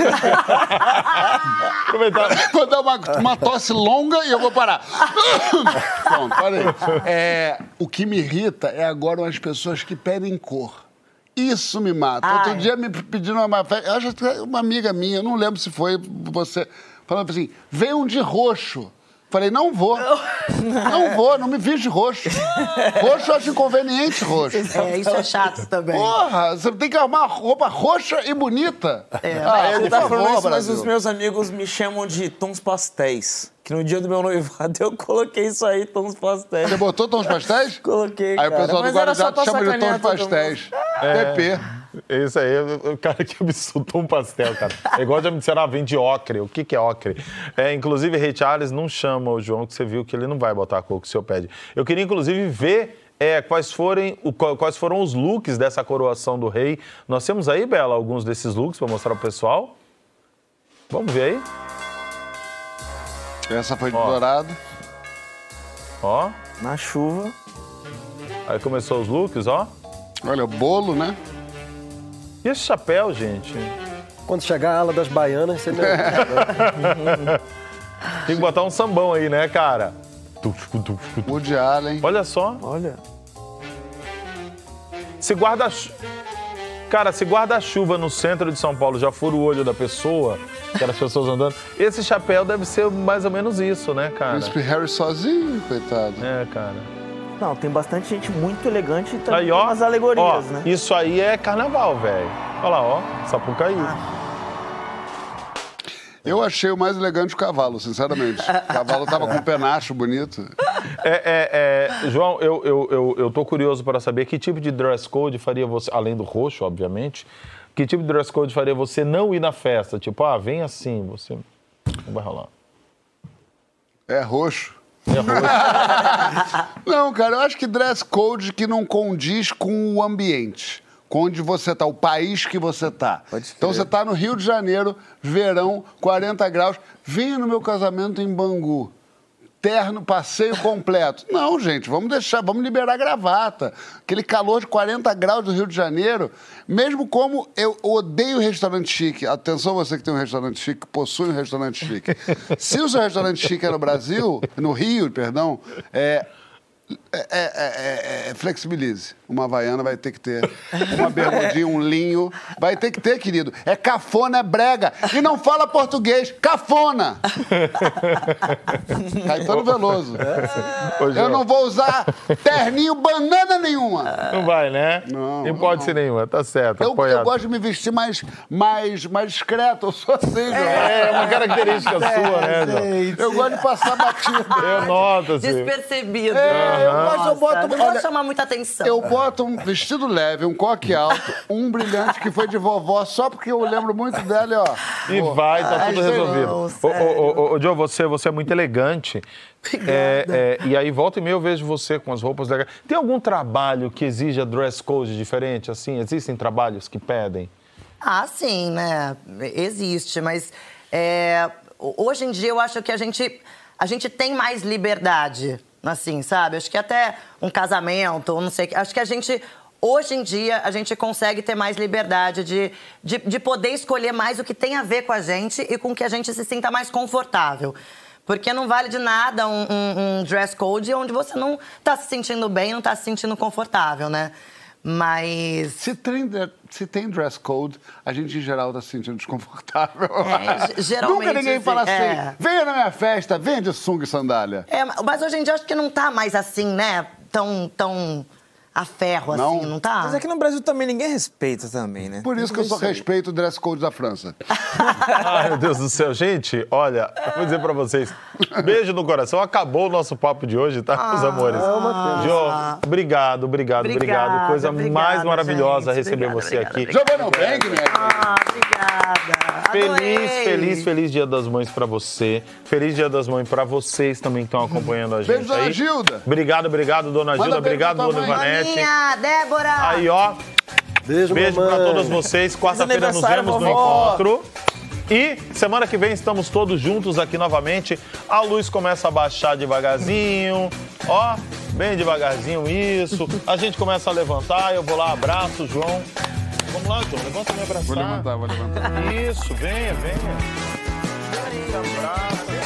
Vou dar uma tosse longa e eu vou parar. Pronto, parei. O que me irrita é agora as pessoas que pedem cor. Isso me mata. Outro dia me pediram uma amiga minha, eu não lembro se foi você, falando assim, vem um de roxo. Falei, não vou. Não me visto de roxo. Roxo eu acho inconveniente, roxo. Isso é chato também. Porra, você tem que arrumar roupa roxa e bonita. Você tá falando isso, mas os meus amigos me chamam de tons pastéis. Que no dia do meu noivado eu coloquei isso aí, tons pastéis. Você botou tons pastéis? Coloquei, Aí o pessoal do Guarujá te chama de tons pastéis. PP. Isso aí, o cara que absurdo um pastel, cara. É igual de me disseram, vende ocre. O que é ocre? Inclusive, Rei Charles não chama o João, que você viu que ele não vai botar a cor que o senhor pede. Eu queria, inclusive, ver quais foram os looks dessa coroação do rei. Nós temos aí, Bela, alguns desses looks para mostrar pro pessoal. Vamos ver aí. Essa foi de dourado. Ó, na chuva. Aí começou os looks, ó. Olha, o bolo, né? E esse chapéu, gente? Quando chegar a ala das baianas, você... Tem que botar um sambão aí, né, cara? Woody Allen. Olha só. Olha. Se guarda-chuva no centro de São Paulo já for o olho da pessoa, aquelas pessoas andando, esse chapéu deve ser mais ou menos isso, né, cara? Príncipe Harry sozinho, coitado. Cara. Não, tem bastante gente muito elegante e também aí, ó, umas alegorias, né? Isso aí é carnaval, velho. Olha lá, ó, Sapucaí. Eu achei o mais elegante o cavalo, sinceramente. O cavalo tava com um penacho bonito. João, eu tô curioso para saber que tipo de dress code faria você, além do roxo, obviamente, que tipo de dress code faria você não ir na festa? Tipo, vem assim, você não vai rolar. Roxo. Não, cara, eu acho que dress code que não condiz com o ambiente. Com onde você tá, o país que você tá. Então você tá no Rio de Janeiro, verão, 40 graus. Venha no meu casamento em Bangu. Terno, passeio completo. Não, gente, vamos liberar a gravata. Aquele calor de 40 graus do Rio de Janeiro. Mesmo como eu odeio restaurante chique. Atenção você que tem um restaurante chique, que possui um restaurante chique. Se o seu restaurante chique é no Brasil, no Rio, perdão, flexibilize. Uma havaiana vai ter que ter. Uma bermudinha, um linho. Vai ter que ter, querido. É cafona, é brega. E não fala português. Cafona! Caetano Veloso. Eu não vou usar terninho banana nenhuma. Não vai, né? Não. Não pode ser nenhuma. Tá certo. Eu gosto de me vestir mais discreto. Eu sou assim, João. É uma característica sua, né, João? Eu gosto de passar batida. Eu noto, assim. Despercebido. Eu boto... Não vou chamar muita atenção. Eu boto um vestido leve, um coque alto, um brilhante que foi de vovó, só porque eu lembro muito dela e ó... E vai, tá tudo resolvido. Ô, Joe, você é muito elegante. E aí, volta e meia, eu vejo você com as roupas legais. Tem algum trabalho que exija dress code diferente, assim? Existem trabalhos que pedem? Ah, sim, né? Existe, mas hoje em dia eu acho que a gente tem mais liberdade, assim, sabe? Acho que até um casamento, não sei, acho que hoje em dia, a gente consegue ter mais liberdade de poder escolher mais o que tem a ver com a gente e com que a gente se sinta mais confortável. Porque não vale de nada um dress code onde você não tá se sentindo bem, não tá se sentindo confortável, né? Mas... Se tem dress code, a gente, em geral, tá se sentindo desconfortável. Geralmente... Nunca ninguém fala assim, venha na minha festa, venha de sunga e sandália. Mas hoje em dia, acho que não tá mais assim, né? Tão a ferro, assim, não tá? Mas aqui no Brasil também ninguém respeita também, né? Por isso que eu só respeito o dress code da França. Ai, meu Deus do céu. Gente, olha, vou dizer pra vocês, beijo no coração. Acabou o nosso papo de hoje, tá, meus amores? Jô, obrigado. Coisa mais maravilhosa receber você aqui. Giovanna Elbeng, né? Obrigada. Feliz Dia das Mães pra você. Feliz Dia das Mães pra vocês também que estão acompanhando a gente. Beijo, aí. Dona Gilda. Obrigado, Dona Gilda. Obrigado, Dona Ivanete. Débora! Aí, ó. Beijo pra todas vocês. Quarta-feira nos vemos no encontro. E semana que vem estamos todos juntos aqui novamente. A luz começa a baixar devagarzinho. Ó, bem devagarzinho isso. A gente começa a levantar. Eu vou lá, abraço o João. Vamos lá, João. Levanta me abraçar. Vou levantar. Isso, venha. Se abraça.